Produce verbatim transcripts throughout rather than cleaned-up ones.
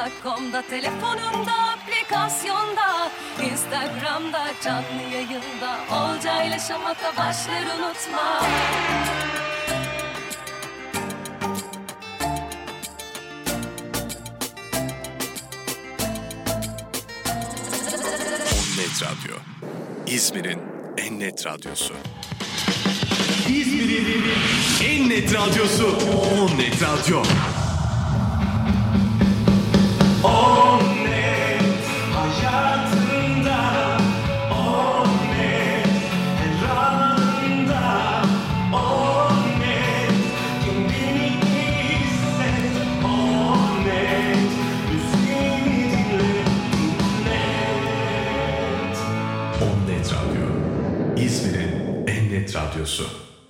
nokta com'da, telefonunda, aplikasyonda, Instagram'da, canlı yayında. Olcayla Şamata başlar, unutma. Net Radyo, İzmir'in en net radyosu. İzmir'in en net radyosu On Net Radyo. On Net hayatında, On Net her anında, On Net kendini hisset, On Net müziğini dinle, dinlet. On Net Radyo, İzmir'in en net radyosu.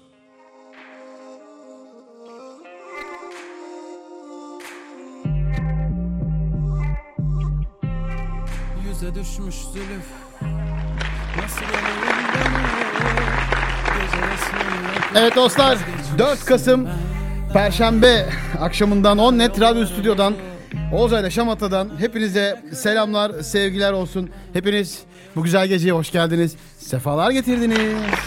Yüze düşmüş zülüf. Evet dostlar, dört Kasım Perşembe akşamından On Net Radyo Stüdyo'dan, Olcayla Şamata'dan hepinize selamlar, sevgiler olsun. Hepiniz bu güzel geceye hoş geldiniz. Sefalar getirdiniz.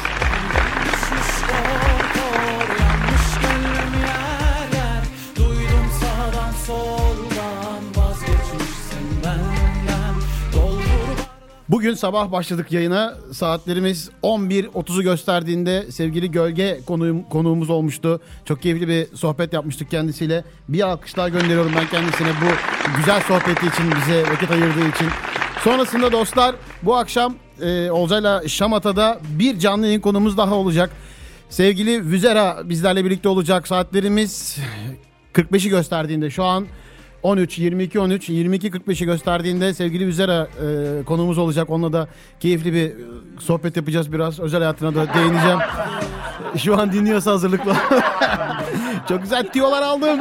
Bugün sabah başladık yayına. Saatlerimiz on bir otuzu gösterdiğinde sevgili Gölge konuğum, konuğumuz olmuştu. Çok keyifli bir sohbet yapmıştık kendisiyle. Bir alkışlar gönderiyorum ben kendisine bu güzel sohbeti için, bize vakit ayırdığı için. Sonrasında dostlar bu akşam e, Olcayla Şamata'da bir canlı yayın konuğumuz daha olacak. Sevgili Vüzera bizlerle birlikte olacak. Saatlerimiz kırk beşi gösterdiğinde şu an on üç, yirmi iki on üç, yirmi iki kırk beşi gösterdiğinde sevgili Vüzera e, konuğumuz olacak. Onunla da keyifli bir e, sohbet yapacağız biraz. Özel hayatına da değineceğim. Şu an dinliyorsa hazırlıklı. Çok güzel tiyolar aldım.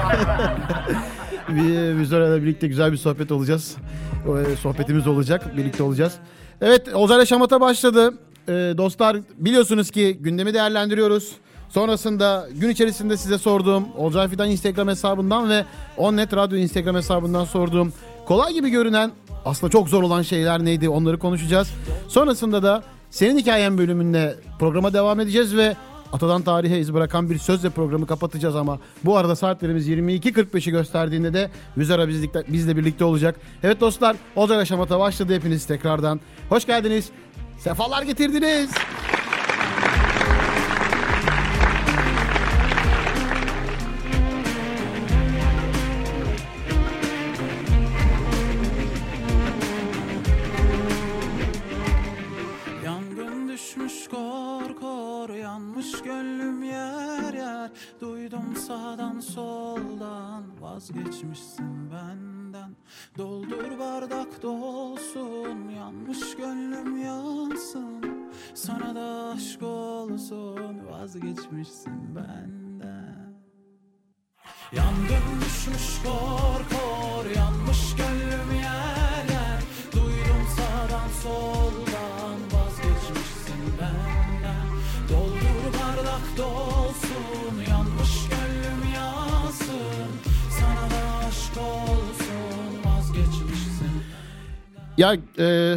Vüzera'yla birlikte güzel bir sohbet olacağız. E, sohbetimiz olacak. Birlikte olacağız. Evet, Olcayla Şamata başladı. E, dostlar biliyorsunuz ki gündemi değerlendiriyoruz. Sonrasında gün içerisinde size sorduğum Olcay Fidan Instagram hesabından ve On Net Radyo Instagram hesabından sorduğum kolay gibi görünen aslında çok zor olan şeyler neydi, onları konuşacağız. Sonrasında da Senin Hikayen bölümünde programa devam edeceğiz ve atadan tarihe iz bırakan bir sözle programı kapatacağız ama bu arada saatlerimiz yirmi iki kırk beşi gösterdiğinde de Vüzera bizle, bizle birlikte olacak. Evet dostlar, Olcayla Şamata başladı, hepiniz tekrardan hoş geldiniz, sefalar getirdiniz. Sağdan soldan vazgeçmişsin benden. Doldur bardak dolsun, yanmış gönlüm yansın. Sana da aşk olsun, vazgeçmişsin benden. Yangın düşmüş kor kor, yanmış gönlüm yer yer. Duydum sağdan soldan vazgeçmişsin benden. Doldur bardak dolsun, yanmış gönlüm yansın. Sana da aşk olsun, vazgeçmişsin. Ya e,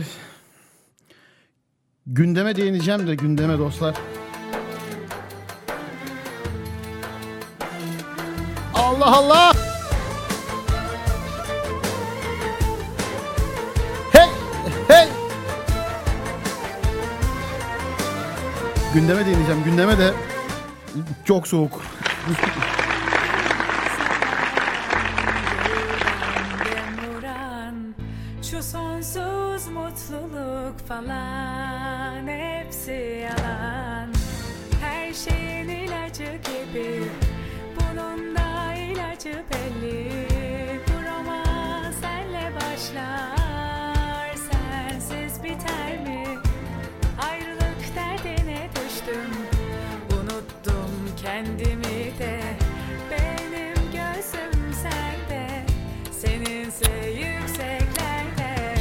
gündeme değineceğim de gündeme dostlar. Allah Allah! Hey! Hey! Gündeme değineceğim. Gündeme de çok soğuk. Şu sonsuz mutluluk falan hepsi yalan. Her şeyin ilacı gibi bunun da ilacı belli. Bu roman senle başlar, sensiz biter mi? Ayrılık derdine düştüm, unuttum kendimi de. Benim gözüm sende, seninse yükseklerde.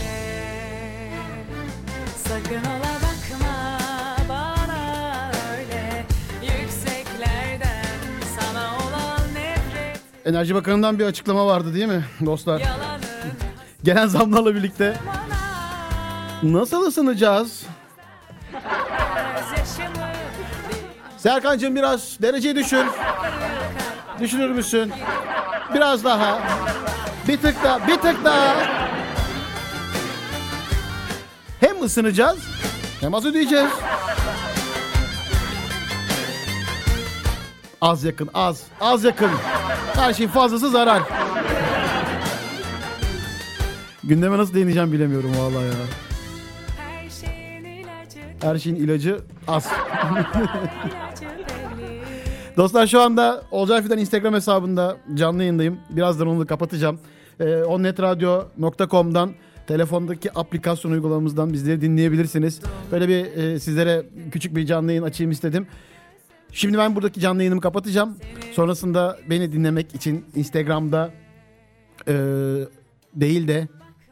Sakın ola bakma bana öyle, yükseklerden sana olan nefret. Enerji Bakanı'ndan bir açıklama vardı değil mi dostlar? Yalanı gelen zamlarla birlikte nasıl ısınacağız? Gözyaşımı Serkan'cığım biraz dereceyi düşür. Düşünür müsün? Biraz daha. Bir tık daha, bir tık daha. Hem ısınacağız hem az ödeyeceğiz. Az yakın, az, az yakın. Her şeyin fazlası zarar. Gündeme nasıl değineceğim bilemiyorum vallahi ya. her şeyin ilacı, Her şeyin ilacı az. ilacı belli. Dostlar şu anda Olcay Fidan Instagram hesabında canlı yayındayım. Birazdan onu da kapatacağım. Ee, onnetradio nokta com'dan telefondaki aplikasyon uygulamamızdan bizleri dinleyebilirsiniz. Böyle bir e, sizlere küçük bir canlı yayın açayım istedim. Şimdi ben buradaki canlı yayınımı kapatacağım. Sonrasında beni dinlemek için Instagram'da e, değil de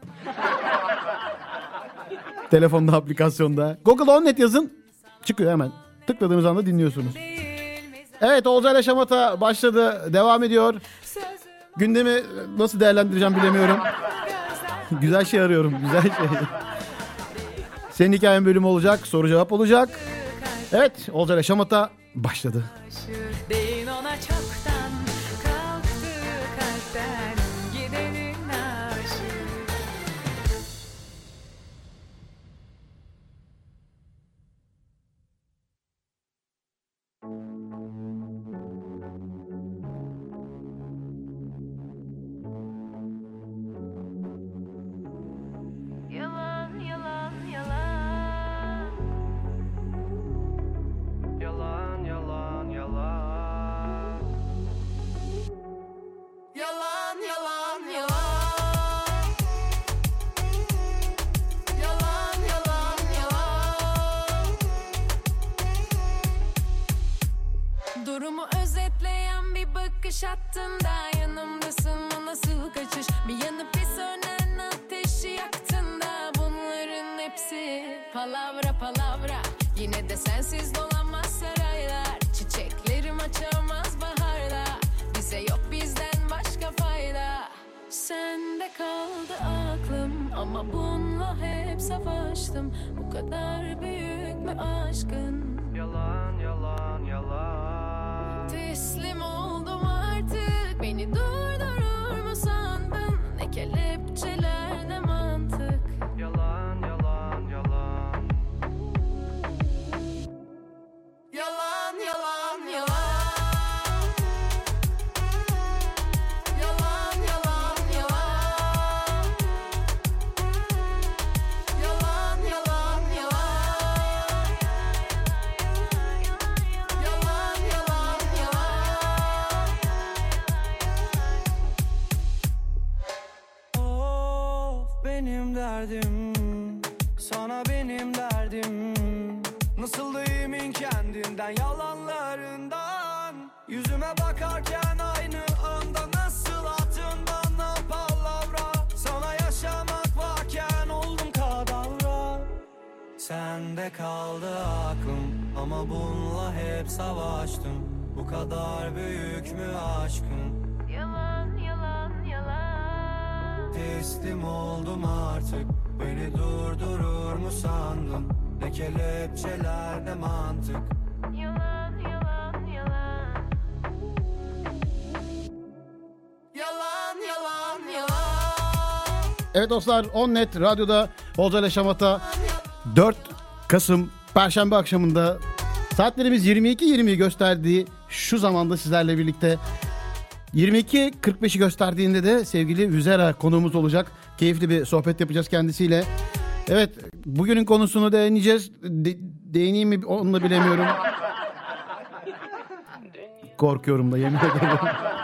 telefonda, aplikasyonda Google Onnet yazın. Çıkıyor hemen. Tıkladığınız anda dinliyorsunuz. Değil mi Evet, Olcay'la Şamata başladı. Devam ediyor. sözüm Gündemi nasıl değerlendireceğim bilemiyorum. gözler Güzel şey arıyorum. Güzel şey. Senin hikayen bölümü olacak. Soru cevap olacak. Evet, Olcay'la Şamata başladı. karşı Deyin ona çoktan kalktı kalpten gidenin aşığı. Yalan, yalan, yalan. Yalan, yalan, yalan. Yalan, yalan, yalan. Yalan, yalan, yalan. Durumu özetleyen bir bakış attığında yanımdasın, bu nasıl kaçış? Bir yanıp bir sönen ateşi yaktığında bunların hepsi palavra palavra. Yine de sensiz dolanmaz saraylar, çiçeklerim açamaz baharda. Bize yok bizden başka fayda. Sende kaldı aklım ama bununla hep savaştım. Bu kadar büyük mü aşkın? Yalan, yalan, yalan. Teslim oldum artık. Beni durdurur mu sandın? Ne kelepçeler ne mantık. Yalan, yalan, yalan. Yalan, yalan, yalan. Yalan, yalan, yalan. Yalan, yalan, yalan. Yalan, yalan, yalan. Of benim derdim, sana benim derdim. Nasıl da emin kendinden, yalanlarından. Yüzüme bakarken aynı anda nasıl attın bana palavra. Sana yaşamak varken oldum kadavra. Sende kaldı aklım ama bununla hep savaştım. Bu kadar büyük mü aşkın? Yalan, yalan, yalan. Teslim oldum artık. Beni durdurur mu sandın? Ne kelepçeler ne mantık. Yalan, yalan, yalan. Yalan, yalan, yalan. Evet dostlar, Onnet Radyo'da Olcay'la Şamata dört Kasım Perşembe akşamında saatlerimiz yirmi iki yirmiyi gösterdiği şu zamanda sizlerle birlikte yirmi iki kırk beşi gösterdiğinde de sevgili Vüzera konuğumuz olacak. Keyifli bir sohbet yapacağız kendisiyle. Evet, bugünün konusunu değineceğiz. De- değineyim mi onu da bilemiyorum. Korkuyorum da yemin ederim.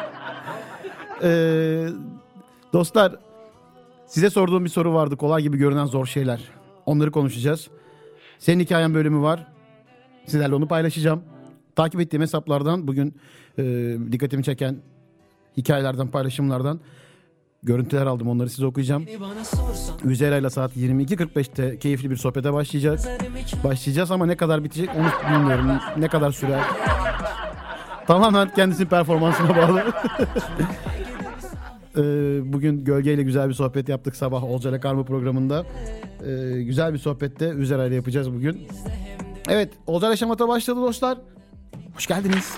Ee, dostlar, size sorduğum bir soru vardı. Kolay gibi görünen zor şeyler. Onları konuşacağız. Senin hikayen bölümü var. Sizlerle onu paylaşacağım. Takip ettiğim hesaplardan bugün e, dikkatimi çeken hikayelerden, paylaşımlardan görüntüler aldım. Onları size okuyacağım. Üzera ile saat yirmi iki kırk beşte keyifli bir sohbete başlayacağız. Başlayacağız ama ne kadar bitecek onu bilmiyorum. Ne kadar sürer. Tamamen kendisinin performansına bağlı. Ee, bugün Gölge'yle güzel bir sohbet yaptık sabah Olcayla Karma programında. Ee, güzel bir sohbette Üzera ile yapacağız bugün. Evet, Olcayla Şamata başladı dostlar. Hoş geldiniz.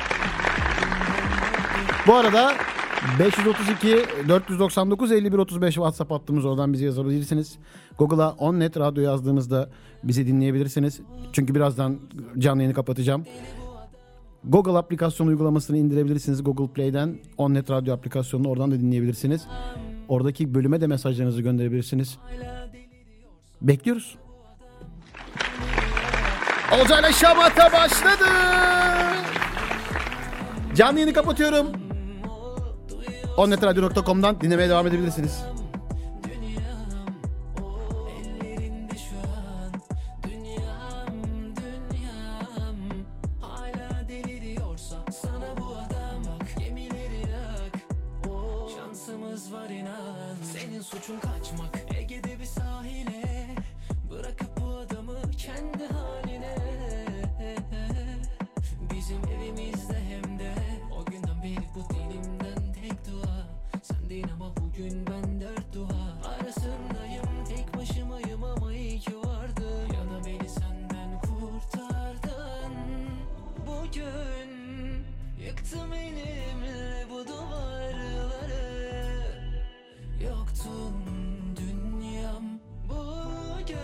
Bu arada beş yüz otuz iki dört yüz doksan dokuz elli bir otuz beş WhatsApp hattımız, oradan bizi yazabilirsiniz. Google'a OnNet Radyo yazdığınızda bizi dinleyebilirsiniz. Çünkü birazdan canlı yayını kapatacağım. Google aplikasyon uygulamasını indirebilirsiniz. Google Play'den OnNet Radyo aplikasyonunu, oradan da dinleyebilirsiniz. Oradaki bölüme de mesajlarınızı gönderebilirsiniz. Bekliyoruz. Olcayla Şamata başladı. Canlı yayını kapatıyorum. onnetradio nokta com'dan dinlemeye devam edebilirsiniz. Suçun kaçmak, Ege'de bir sahile, bırakıp bu adamı kendi haline. Bizim evimizde hem de o günden beri bu dilimden tek dua. Sendin ama bugün ben dört dua arasındayım, tek başımayım ama iyi ki vardın. Ya da beni senden kurtardın. Bugün yıktım elimle bu duvarları. Yoktun dünyam bugün.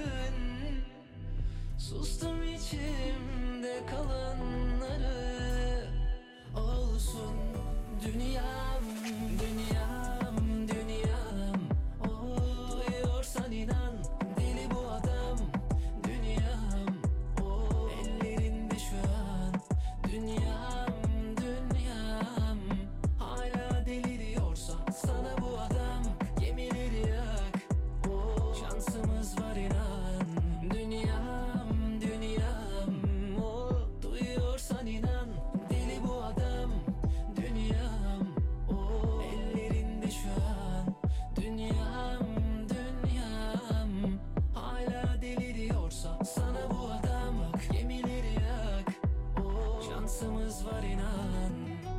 Sustum içimde kalanları. Olsun dünyam, dünyam, dünyam. Oh, duyuyorsan inan, deli bu adam. Dünyam, oh, ellerinde şu an. Dünyam, dünyam. Hala deliriyorsa sana bu adam. Gemileri yak, oh, şansımız var inan. Dünyam, dünyam, oh, duyuyorsan inan, deli bu adam. Dünyam, oh, ellerinde şu an. Dünyam, dünyam, hala deliriyorsa sana bu adam. Gemileri yak, oh, şansımız var inan.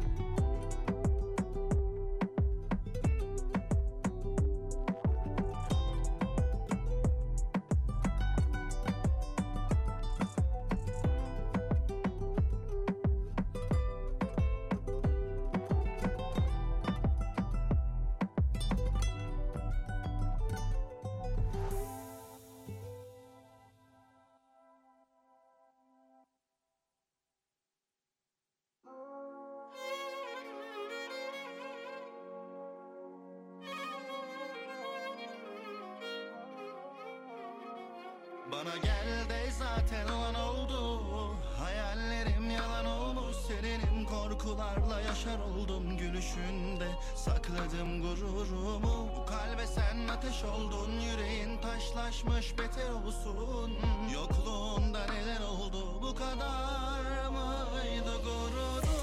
Bana gel de zaten olan oldu. Hayallerim yalan olmuş. Serenim korkularla yaşar oldum. Gülüşünde sakladım gururumu. Bu kalbe sen ateş oldun. Yüreğin taşlaşmış beter olsun. Yokluğunda neler oldu, bu kadar mıydı gururu?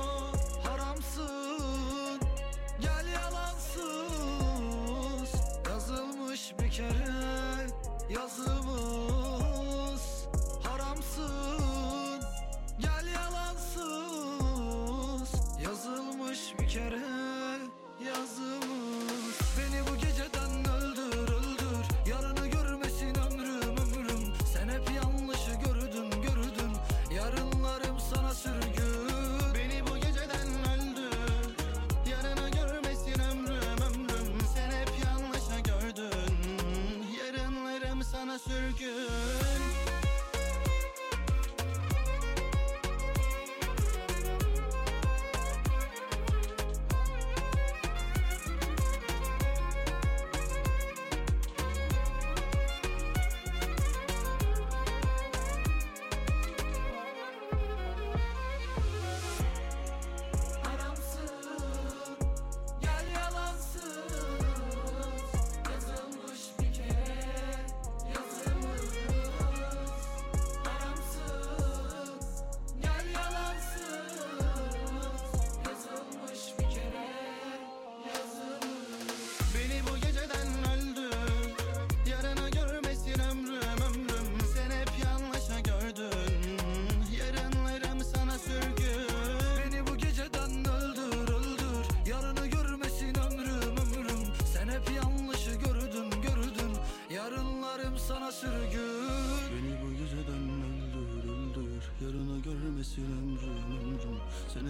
Haramsın, gel yalansız. Yazılmış bir kere yazımız. Haramsın, gel yalansız. Yazılmış bir kere yazımız. Beni bu geceden öldür öldür. Yarını görmesin ömrüm ömrüm. Sen hep yanlışı gördün gördün. Yarınlarım sana sürgün.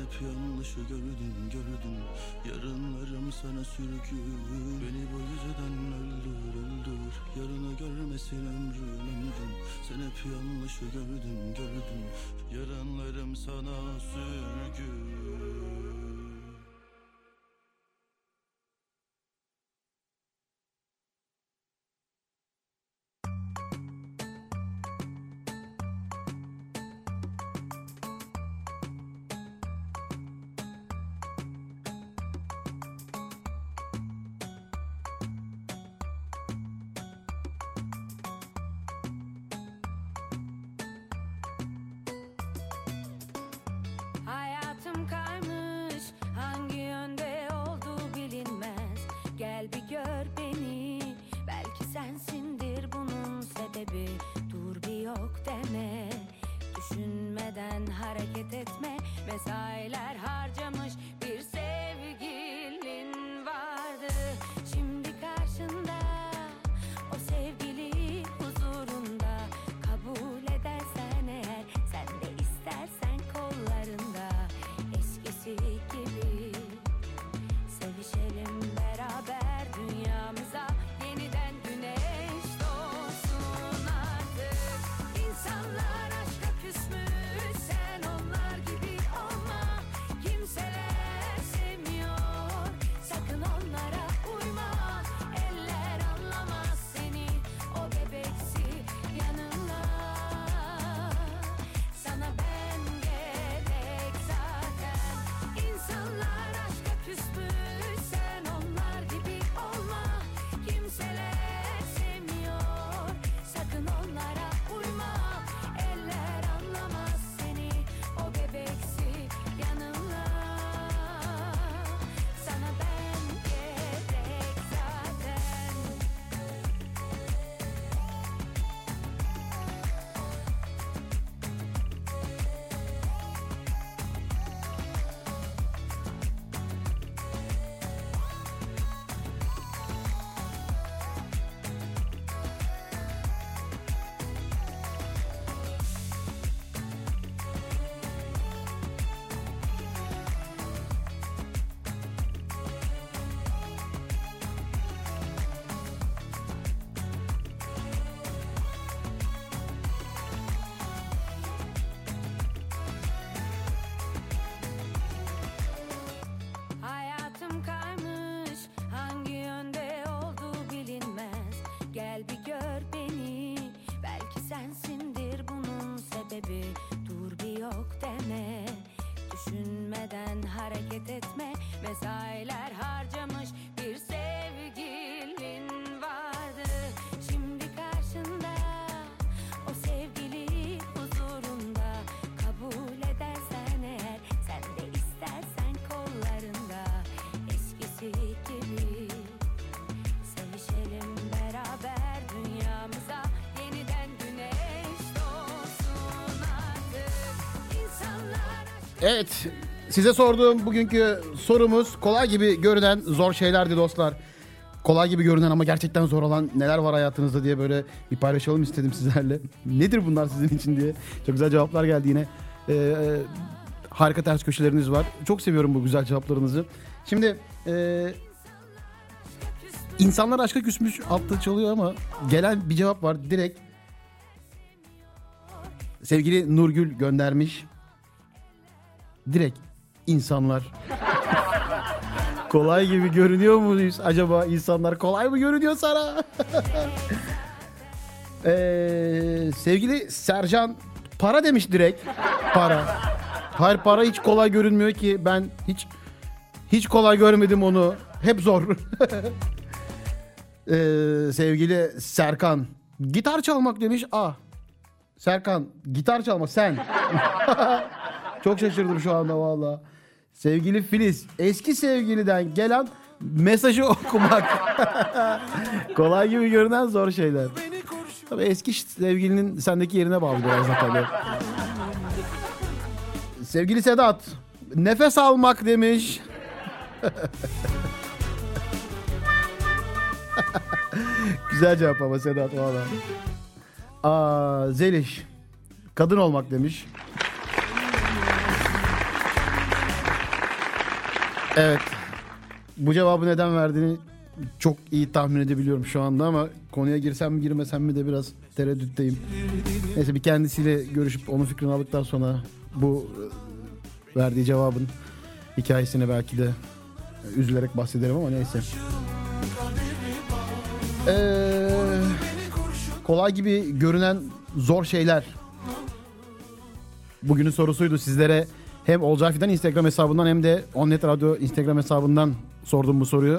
hep yanlışı gördün gördün. Yarınlarım sana sürgü. Beni bu yüzden öldür öldür. Yarını görmesin ömrüm ömrüm. Sen hep yanlışı gördün gördün. Yarınlarım sana sürgü. Hayatım kaymış, hangi yönde olduğu bilinmez. Gel bir gör beni, belki sensindir bunun sebebi. Dur bir yok deme, düşünmeden hareket etme. Mesailer harcamış bir sevgilin vardı. Şimdi karşında o sevgili huzurunda. Kabul edersen eğer, sen de istersen kollarında. Eskisi gibi sevişelim beraber, dünyamıza yeniden güneş doğsun artık. İnsanlar aşka küsmüş, sen onlar gibi olma. Kimseler sevmiyor, sakın onlara uyma. Eller anlamaz seni, o bebeksi yanında. Sana ben gerek zaten. İnsanlar aşka küsmüş, sen onlar gibi olma. Kimseler sevmiyor, sakın onlara uyma. Eller anlamaz seni, o bebeksi yanında. Sana ben gerek zaten. Hayatım kaymış, hangi yönde olduğu bilinmez. Gel bir gör beni, belki sensindir bunun sebebi. Dur bir yok deme, düşünmeden hareket etme. Mesailer harcamış bir sevgilin vardı. Şimdi karşında o sevgili huzurunda. Kabul edersen eğer, sen de istersen kollarında. Eskisi gibi sevişelim beraber, dünyamıza yeniden güneş doğsun artık. İnsanlar Evet, size sorduğum bugünkü sorumuz kolay gibi görünen zor şeylerdi dostlar. Kolay gibi görünen ama gerçekten zor olan neler var hayatınızda diye böyle bir paylaşalım istedim sizlerle. Nedir bunlar sizin için diye. Çok güzel cevaplar geldi yine. Ee, harika ters köşeleriniz var. Çok seviyorum bu güzel cevaplarınızı. Şimdi e, insanlar aşka küsmüş altta çalıyor ama gelen bir cevap var. Direkt sevgili Nurgül göndermiş. Direkt insanlar kolay gibi görünüyor muyuz acaba? İnsanlar kolay mı görünüyor sana? ee, sevgili Sercan para demiş direkt. Para. Hayır, para hiç kolay görünmüyor ki. Ben hiç hiç kolay görmedim onu. Hep zor. ee, sevgili Serkan gitar çalmak demiş. Ah, Serkan gitar çalmak sen. Çok şaşırdım şu anda valla. Sevgili Filiz, eski sevgiliden gelen mesajı okumak. Kolay gibi görünen zor şeyler. Tabii eski sevgilinin sendeki yerine bağlı biraz da tabii. Sevgili Sedat, nefes almak demiş. Güzel cevap ama Sedat valla. Aa, Zeliş, kadın olmak demiş. Evet. Bu cevabı neden verdiğini çok iyi tahmin edebiliyorum şu anda ama konuya girsem mi girmesem mi de biraz tereddütteyim. Neyse bir kendisiyle görüşüp onun fikrini aldıktan sonra bu verdiği cevabın hikayesine belki de üzülerek bahsederim ama neyse. Ee, kolay gibi görünen zor şeyler. Bugünün sorusuydu sizlere. Hem Olcay Fidan Instagram hesabından hem de Onnet Radyo Instagram hesabından sordum bu soruyu.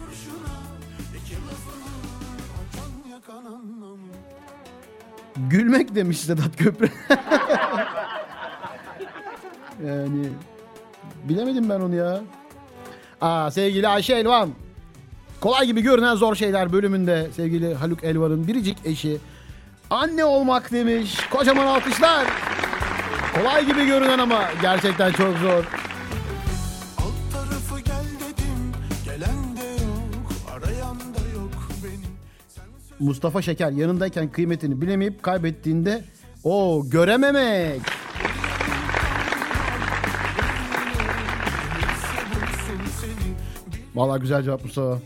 Gülmek demiş Sedat Köprü. Yani bilemedim ben onu ya. Aa, sevgili Ayşe Elvan. Kolay gibi görünen zor şeyler bölümünde sevgili Haluk Elvan'ın biricik eşi anne olmak demiş. Kocaman alkışlar. Kolay gibi görünen ama gerçekten çok zor. Alt tarafı gel dedim, gelen de yok, arayan da yok benim. Mustafa Şeker yanındayken kıymetini bilemeyip kaybettiğinde o görememek. Vallahi güzel cevap Mustafa.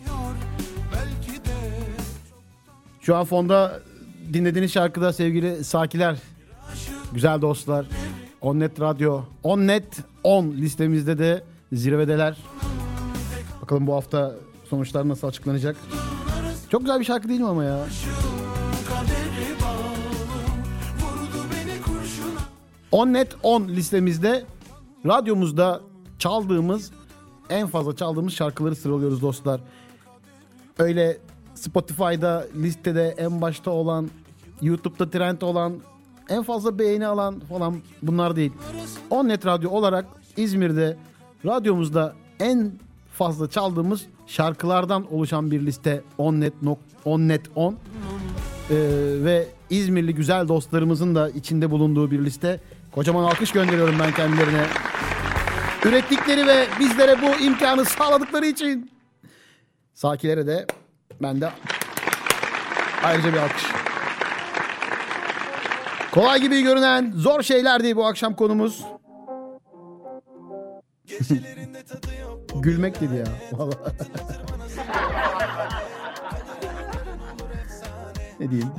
Şu an fonda dinlediğiniz şarkıda sevgili Sakiler, güzel dostlar, Onnet Radyo, Onnet on listemizde de zirvedeler. Bakalım bu hafta sonuçlar nasıl açıklanacak. Çok güzel bir şarkı değil mi ama ya? Onnet on listemizde radyomuzda çaldığımız, en fazla çaldığımız şarkıları sıralıyoruz dostlar. Öyle Spotify'da listede en başta olan, YouTube'da trend olan, en fazla beğeni alan falan bunlar değil. Onnet Radyo olarak İzmir'de radyomuzda en fazla çaldığımız şarkılardan oluşan bir liste Onnet Onnet on. Ee, ve İzmirli güzel dostlarımızın da içinde bulunduğu bir liste. Kocaman alkış gönderiyorum ben kendilerine. Ürettikleri ve bizlere bu imkanı sağladıkları için. Sakilere de ben de ayrıca bir alkış. Kolay gibi görünen zor şeylerdi bu akşam konumuz. Gülmek dedi ya. Vallahi. Ne diyeyim?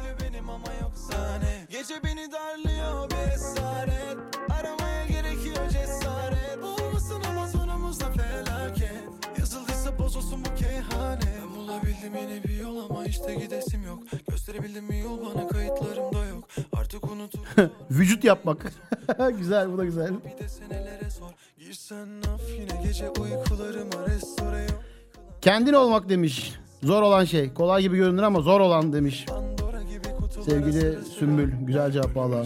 Gece beni darlıyor bir esaret, aramaya gerekiyor cesaret. Olmasın ama sonumuzda felaket, yazıldıysa bozulsun bu kehanet. Ben bulabildim yine bir yol ama işte gidesim yok. Gösterebildim bir yol bana, kayıtlarımda yok. Artık unutup vücut yapmak. Güzel, bu da güzel. bir de senelere sor. Girsen af yine gece uykularıma restore yok. Kendin olmak demiş. Zor olan şey. Kolay gibi görünür ama zor olan demiş. Sevgili Sümbül. Güzel cevap valla.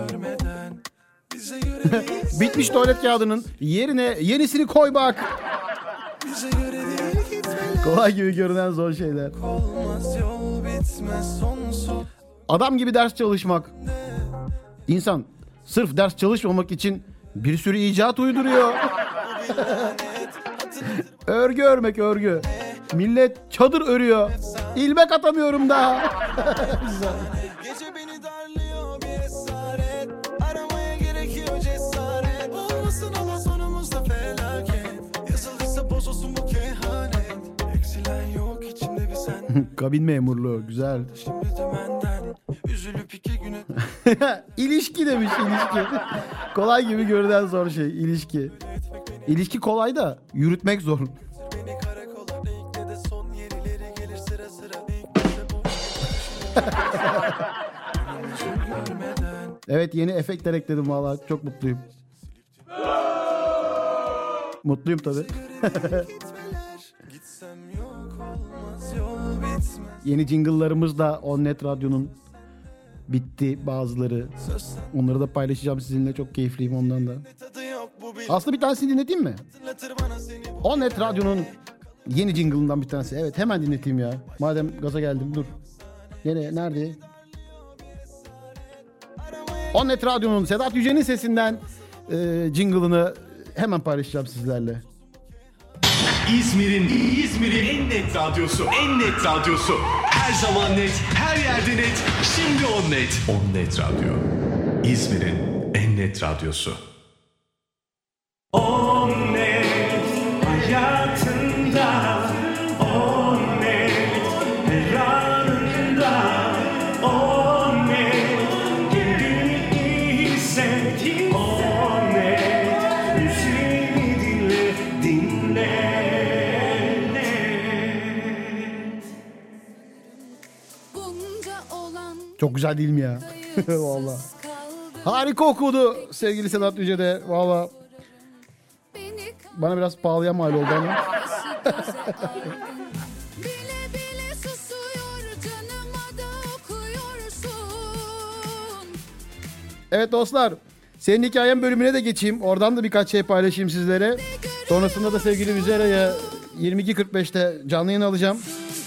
Bitmiş tuvalet kağıdının yerine yenisini koy bak. Kolay gibi görünen zor şeyler. Adam gibi ders çalışmak. İnsan sırf ders çalışmamak için bir sürü icat uyduruyor. Örgü örmek örgü. Millet çadır örüyor. İlmek atamıyorum daha. Gece beni darlıyor bir esaret, aramaya gerekiyor cesaret. Olmasın ama sonumuzda felaket, yazıldıysa bozulsun bu kehanet. Eksilen yok içimde bir sen. Kabin memurluğu güzel. Şimdi dümenden üzülüp iki güne. İlişki demiş, ilişki. Kolay gibi görünen zor şey ilişki. İlişki kolay da yürütmek zor. Beni karakola ne ilk ne de son, yenileri gelir sıra sıra. Ne ilk ne de boş. Evet, yeni efektler ekledim valla, çok mutluyum. Mutluyum tabii. Yeni jingle'larımız da Onnet Radyo'nun bitti bazıları. Onları da paylaşacağım sizinle, çok keyifliyim ondan da. Aslında bir tanesini dinleteyim mi? Onnet Radyo'nun yeni jingle'ından bir tanesi. Evet, hemen dinleteyim ya. Madem gaza geldim, dur. Nereye, nerede? Onnet Radyo'nun Sedat Yücel'in sesinden e, jingle'ını hemen paylaşacağım sizlerle. İzmir'in İzmir'in en net radyosu. En net radyosu. Her zaman net, her yerde net. Şimdi Onnet. Onnet Radyo. İzmir'in en net radyosu. Onnet. hayatında on net, her anında on net, kendini iyi hisset on net, müziğini dinle, dinle. Çok güzel değil mi ya? Vallahi. Harika okudu sevgili Sedat Yüce de. Valla. Bana biraz pahalıya mal oldu ama. Evet dostlar. Senin hikayen bölümüne de geçeyim. Oradan da birkaç şey paylaşayım sizlere. Sonrasında da sevgili Vizera'ya yirmi iki kırk beşte canlı yayın alacağım.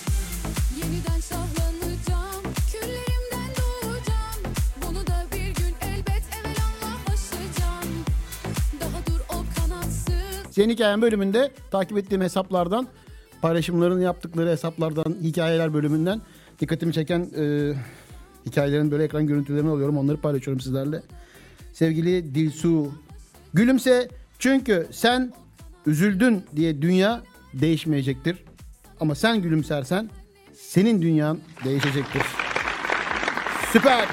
Senin hikayen bölümünde takip ettiğim hesaplardan, paylaşımlarını yaptıkları hesaplardan, hikayeler bölümünden dikkatimi çeken e, hikayelerin böyle ekran görüntülerini alıyorum. Onları paylaşıyorum sizlerle. Sevgili Dilsu, gülümse çünkü sen üzüldün diye dünya değişmeyecektir. Ama sen gülümsersen senin dünyan değişecektir. Süper.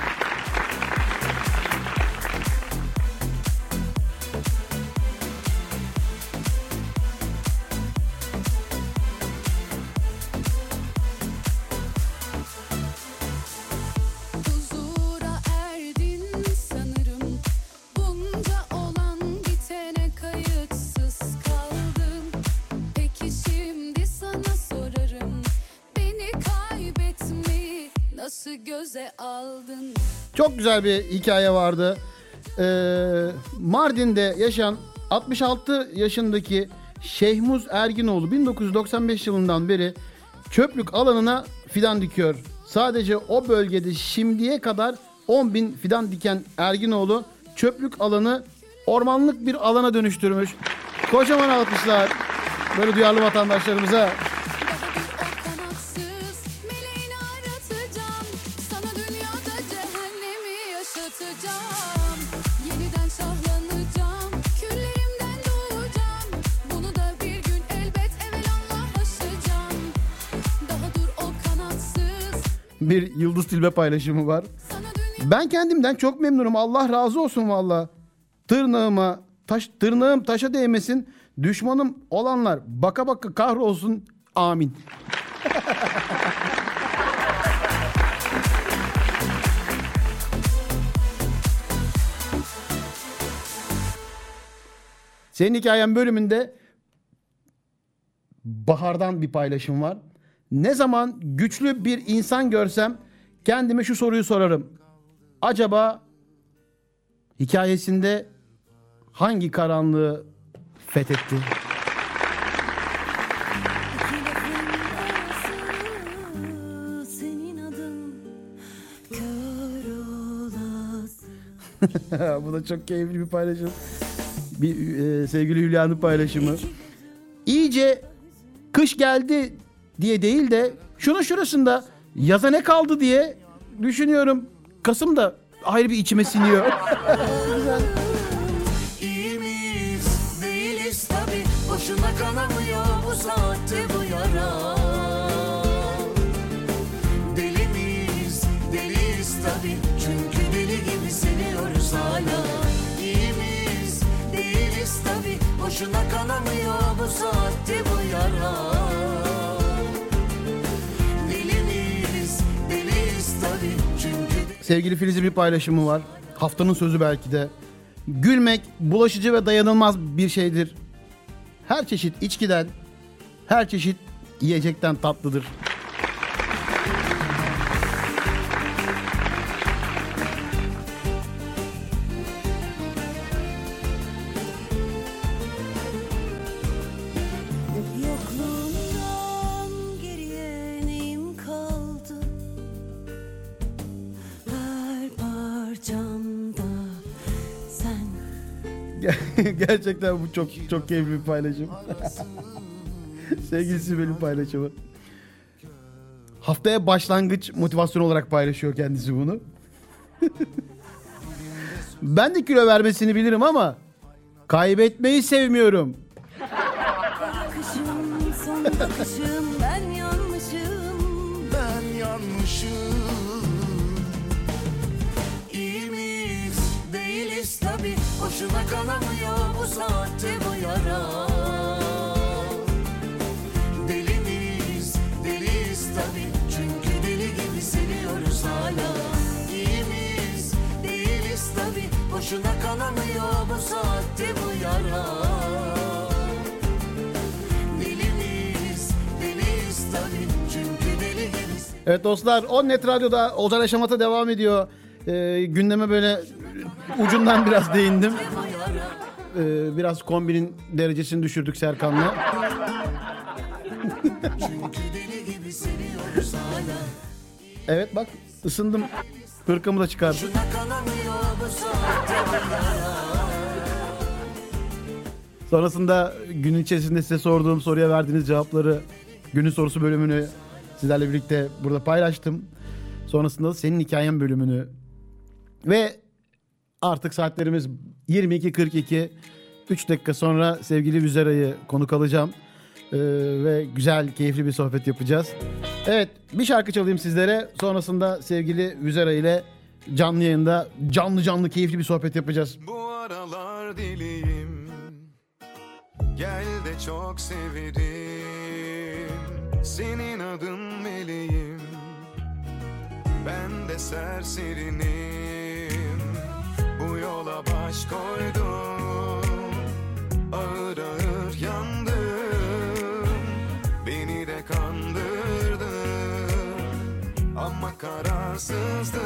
Çok güzel bir hikaye vardı. Ee, Mardin'de yaşayan altmış altı yaşındaki Şehmuz Erginoğlu bin dokuz yüz doksan beş yılından beri çöplük alanına fidan dikiyor. Sadece o bölgede şimdiye kadar on bin fidan diken Erginoğlu çöplük alanı ormanlık bir alana dönüştürmüş. Kocaman alkışlar böyle duyarlı vatandaşlarımıza. Bir Yıldız Tilbe paylaşımı var. Ben kendimden çok memnunum. Allah razı olsun valla. Tırnağıma, taş, tırnağım taşa değmesin. Düşmanım olanlar baka baka kahrolsun. Amin. Senin hikayen bölümünde Bahar'dan bir paylaşım var. Ne zaman güçlü bir insan görsem kendime şu soruyu sorarım. Acaba hikayesinde hangi karanlığı fethetti? Bu da çok keyifli bir paylaşım. Bir e, sevgili Hülya'nın paylaşımı. İyice kış geldi diye değil de şunun şurasında yaza ne kaldı diye düşünüyorum. Kasım da ayrı bir içime siniyor. İyi miyiz? Değiliz tabi. Boşuna kanamıyor bu saatte bu yara. Deli miyiz? Deliyiz tabi. Çünkü deli gibi seviyoruz hala. İyi miyiz? Değiliz tabi. Boşuna kanamıyor bu saatte bu yara. Sevgili Filiz'in bir paylaşımı var. Haftanın sözü belki de. Gülmek bulaşıcı ve dayanılmaz bir şeydir. Her çeşit içkiden, her çeşit yiyecekten tatlıdır. Gerçekten bu çok çok keyifli bir paylaşım. Sevgili Sibel'in paylaşımı. Haftaya başlangıç motivasyonu olarak paylaşıyor kendisi bunu. Ben de kilo vermesini bilirim ama kaybetmeyi sevmiyorum. yanlışım, son bakışım, ben yanlışım. Ben yanmışım. İyi miyiz? Değiliz tabi. Boşuna kanamıyor bu saatte bu yara. Deli miyiz? Deliyiz tabi. Çünkü deli gibi seviyoruz hala. İyi miyiz? Değiliz tabi. Boşuna kanamıyor bu saatte bu yara. Deli miyiz? Deliyiz tabi. Çünkü deli gibi. Evet dostlar, On Net Radyo'da Olcay Yaşamat'a devam ediyor. Ee, gündeme böyle ucundan biraz değindim. Ee, biraz kombinin derecesini düşürdük Serkan'la. Evet bak, ısındım. Hırkamı da çıkardım. Sonrasında günün içerisinde size sorduğum soruya verdiğiniz cevapları, günün sorusu bölümünü sizlerle birlikte burada paylaştım. Sonrasında da senin hikayen bölümünü ve artık saatlerimiz yirmi iki kırk iki. üç dakika sonra sevgili Vüzera'yı konuk alacağım. Ee, ve güzel, keyifli bir sohbet yapacağız. Evet, bir şarkı çalayım sizlere. Sonrasında sevgili Vüzera ile canlı yayında canlı canlı keyifli bir sohbet yapacağız. Bu aralar deliyim. Gel de çok severim. Senin adın meleğim. Ben de serserinim. Bu yola baş koydum. Ağır ağır yandım. Beni de kandırdın. Ama kararsızdım.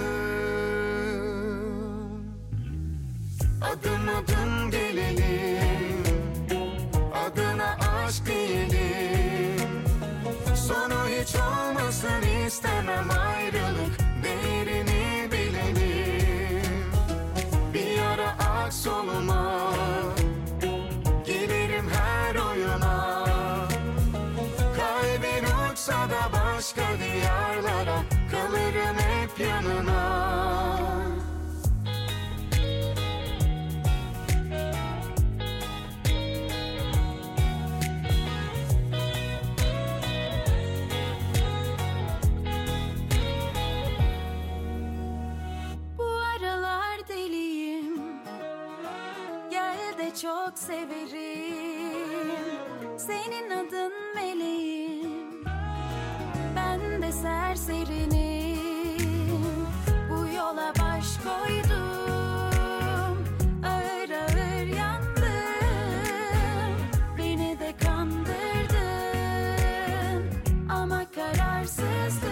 Adım adım gelelim. Adına aşk diyelim. Sonu hiç olmasın istemem ayrılık. Değerini bilelim. Bir ara ak soluma. Gelirim her oyuna. Kalbin uçsa da başka diyarlara. Kalırım hep yanına. Çok severim. Senin adın meleğim. Ben de serserinim. Bu yola baş koydum. Ağır ağır yandım. Beni de kandırdın. Ama kararsızdım.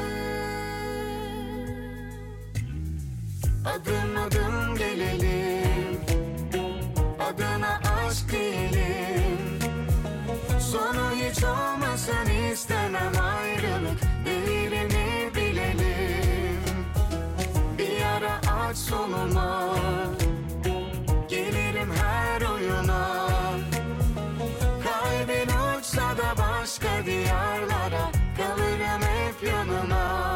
Adım adım gelelim. Adına aşk diyelim. Sonu hiç olmasın istemem ayrılık. Değerini bilelim. Bir ara aç soluma. Gelirim her oyuna. Kalbin uçsa da başka diyarlara. Kalırım hep yanına.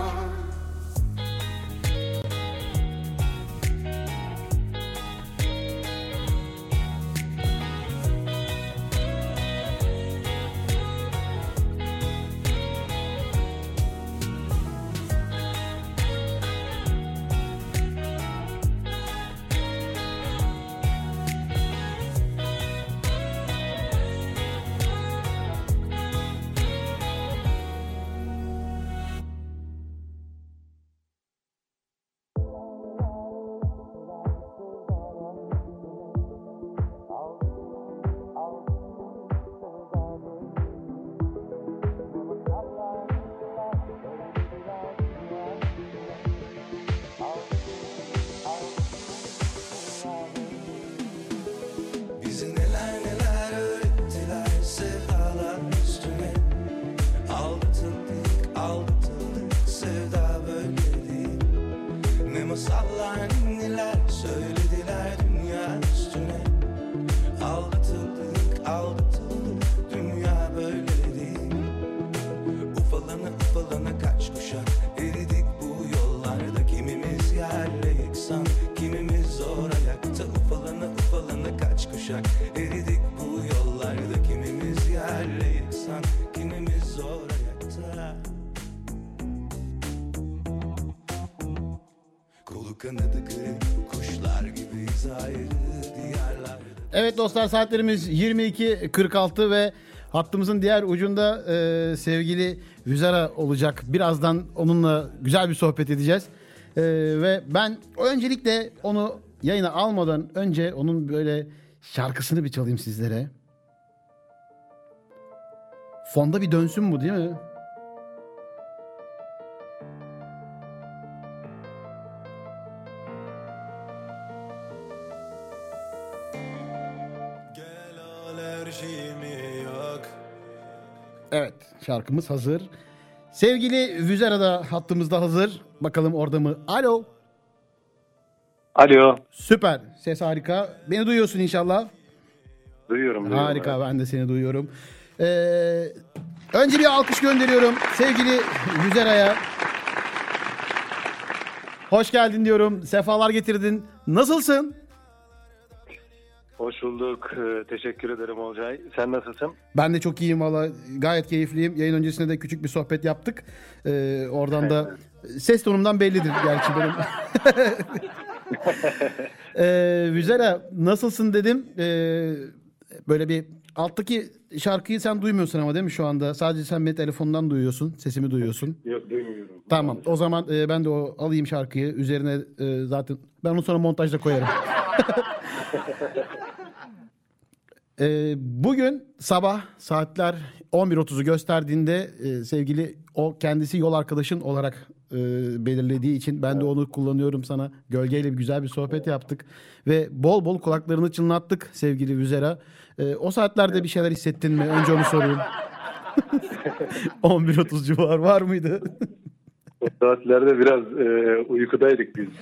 Masallar, ninniler söylediler dünya üstüne. Aldatıldık, aldatıldık, dünya böyle değil. Ufalana ufalana kaç kuşak eridik bu yollarda. Kimimiz yerle yeksan, kimimiz zor ayakta. Ufalana ufalana kaç kuşak eridik bu yollarda. Kimimiz yerle Kanadı kırık kuşlar gibiyiz ayrı diyarlarda. Evet dostlar, saatlerimiz yirmi iki kırk altı ve hattımızın diğer ucunda e, sevgili Vüzera olacak. Birazdan onunla güzel bir sohbet edeceğiz. E, ve ben öncelikle onu yayına almadan önce onun böyle şarkısını bir çalayım sizlere. Fonda bir dönsün bu, değil mi? Gel alerjimi yak. Evet, şarkımız hazır. Sevgili Vüzera da hattımızda hazır. Bakalım orada mı? Alo. Alo. Süper. Ses harika. Beni duyuyorsun inşallah. Duyuyorum. duyuyorum Harika, evet. ben de seni duyuyorum. Ee, önce bir alkış gönderiyorum sevgili Vüzera'ya. Hoş geldin diyorum. Sefalar getirdin. Nasılsın? Hoş bulduk. Ee, teşekkür ederim Olcay. Sen nasılsın? Ben de çok iyiyim valla. Gayet keyifliyim. Yayın öncesinde de küçük bir sohbet yaptık. Ee, oradan da ses tonumdan bellidir gerçi benim. ee, Vüzera nasılsın dedim. Ee, böyle bir alttaki şarkıyı sen duymuyorsun ama değil mi şu anda? Sadece sen beni telefondan duyuyorsun. Sesimi duyuyorsun. Yok duymuyorum. Tamam. O zaman e, ben de o alayım şarkıyı. Üzerine e, zaten ben onu sonra montajda koyarım. e, bugün sabah saatler on bir otuzu gösterdiğinde e, sevgili o kendisi yol arkadaşın olarak e, belirlediği için ben de onu kullanıyorum sana. Gölgeyle bir güzel bir sohbet yaptık ve bol bol kulaklarını çınlattık sevgili Vüzera. E, o saatlerde bir şeyler hissettin mi? Önce onu sorayım. on bir otuz civar var mıydı? O saatlerde biraz e, uykudaydık biz.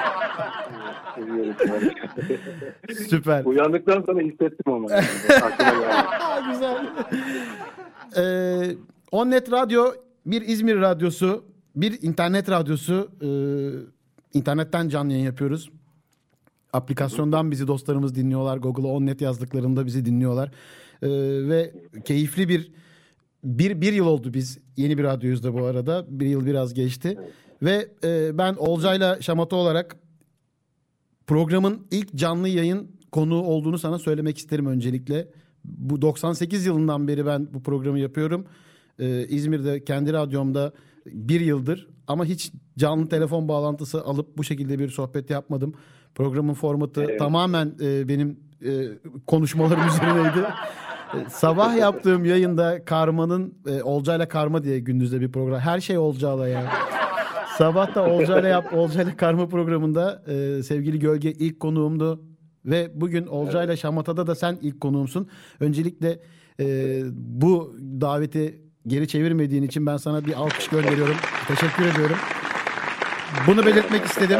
Süper. Uyandıktan sonra hissettim ama. Yani. Aklıma geldi. Güzel. Ee, Onnet Radyo bir İzmir radyosu, bir internet radyosu. Ee, internetten canlı yayın yapıyoruz. Aplikasyondan bizi dostlarımız dinliyorlar. Google'a Onnet yazdıklarında bizi dinliyorlar. Ee, ve keyifli bir, bir bir yıl oldu biz yeni bir radyoyuz da bu arada. Bir yıl biraz geçti. Ve e, ben Olcay'la Şamata olarak programın ilk canlı yayın konuğu olduğunu sana söylemek isterim öncelikle. Bu doksan sekiz yılından beri ben bu programı yapıyorum. Ee, İzmir'de kendi radyomda bir yıldır ama hiç canlı telefon bağlantısı alıp bu şekilde bir sohbet yapmadım. Programın formatı Evet. tamamen e, benim e, konuşmalarım üzerineydi. E, sabah yaptığım yayında Karma'nın e, Olcay'la Karma diye gündüzde bir program. Her şey Olcay'la ya. Sabah da Olcay'la yap Olcay'la Karma programında e, sevgili Gölge ilk konuğumdu. Ve bugün Olcay'la Şamata'da da sen ilk konuğumsun. Öncelikle e, bu daveti geri çevirmediğin için ben sana bir alkış gönderiyorum. Teşekkür ediyorum. Bunu belirtmek istedim.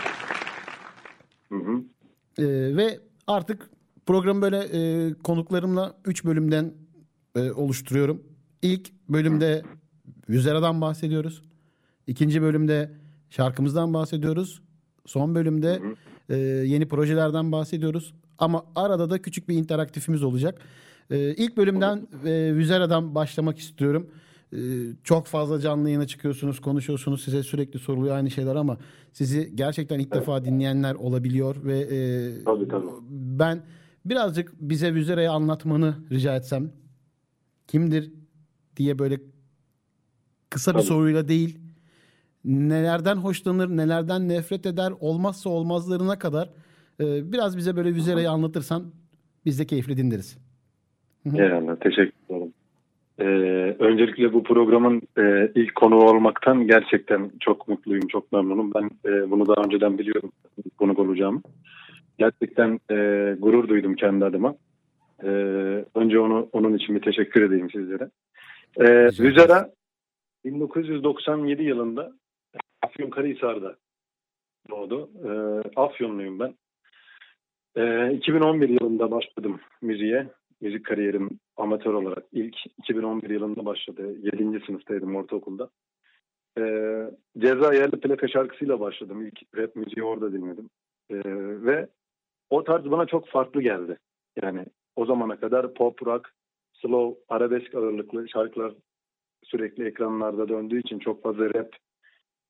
Hı hı. E, ve artık programı böyle e, konuklarımla üç bölümden e, oluşturuyorum. İlk bölümde Vüzera'dan bahsediyoruz. İkinci bölümde şarkımızdan bahsediyoruz. Son bölümde hı hı. E, yeni projelerden bahsediyoruz. Ama arada da küçük bir interaktifimiz olacak. E, ilk bölümden e, Vüzera'dan başlamak istiyorum. E, çok fazla canlı yayına çıkıyorsunuz, konuşuyorsunuz. Size sürekli soruluyor aynı şeyler ama sizi gerçekten ilk evet. defa dinleyenler olabiliyor. Ve e, tabii, tabii. ben birazcık bize Vüzera'yı anlatmanı rica etsem. Kimdir diye böyle kısa tabii. bir soruyla değil. Nelerden hoşlanır, nelerden nefret eder, olmazsa olmazlarına kadar e, biraz bize böyle Vüzera'yı anlatırsan biz de keyifli dinleriz. Eyvallah, teşekkür ederim. Ee, öncelikle bu programın e, ilk konuğu olmaktan gerçekten çok mutluyum, çok memnunum. Ben e, bunu daha önceden biliyorum, konuk olacağımı. Gerçekten e, gurur duydum kendi adıma. E, önce onu onun için bir teşekkür edeyim sizlere. E, Vüzera bin dokuz yüz doksan yedi yılında Afyonkarahisar'da doğdu. E, Afyonluyum ben. E, iki bin on bir yılında başladım müziğe. Müzik kariyerim amatör olarak ilk iki bin on bir yılında başladı. yedinci sınıftaydım ortaokulda. E, Ceza Yerli Plaka şarkısıyla başladım. İlk rap müziği orada dinledim. E, ve o tarz bana çok farklı geldi. Yani o zamana kadar pop, rock, slow, arabesk ağırlıklı şarkılar sürekli ekranlarda döndüğü için çok fazla rap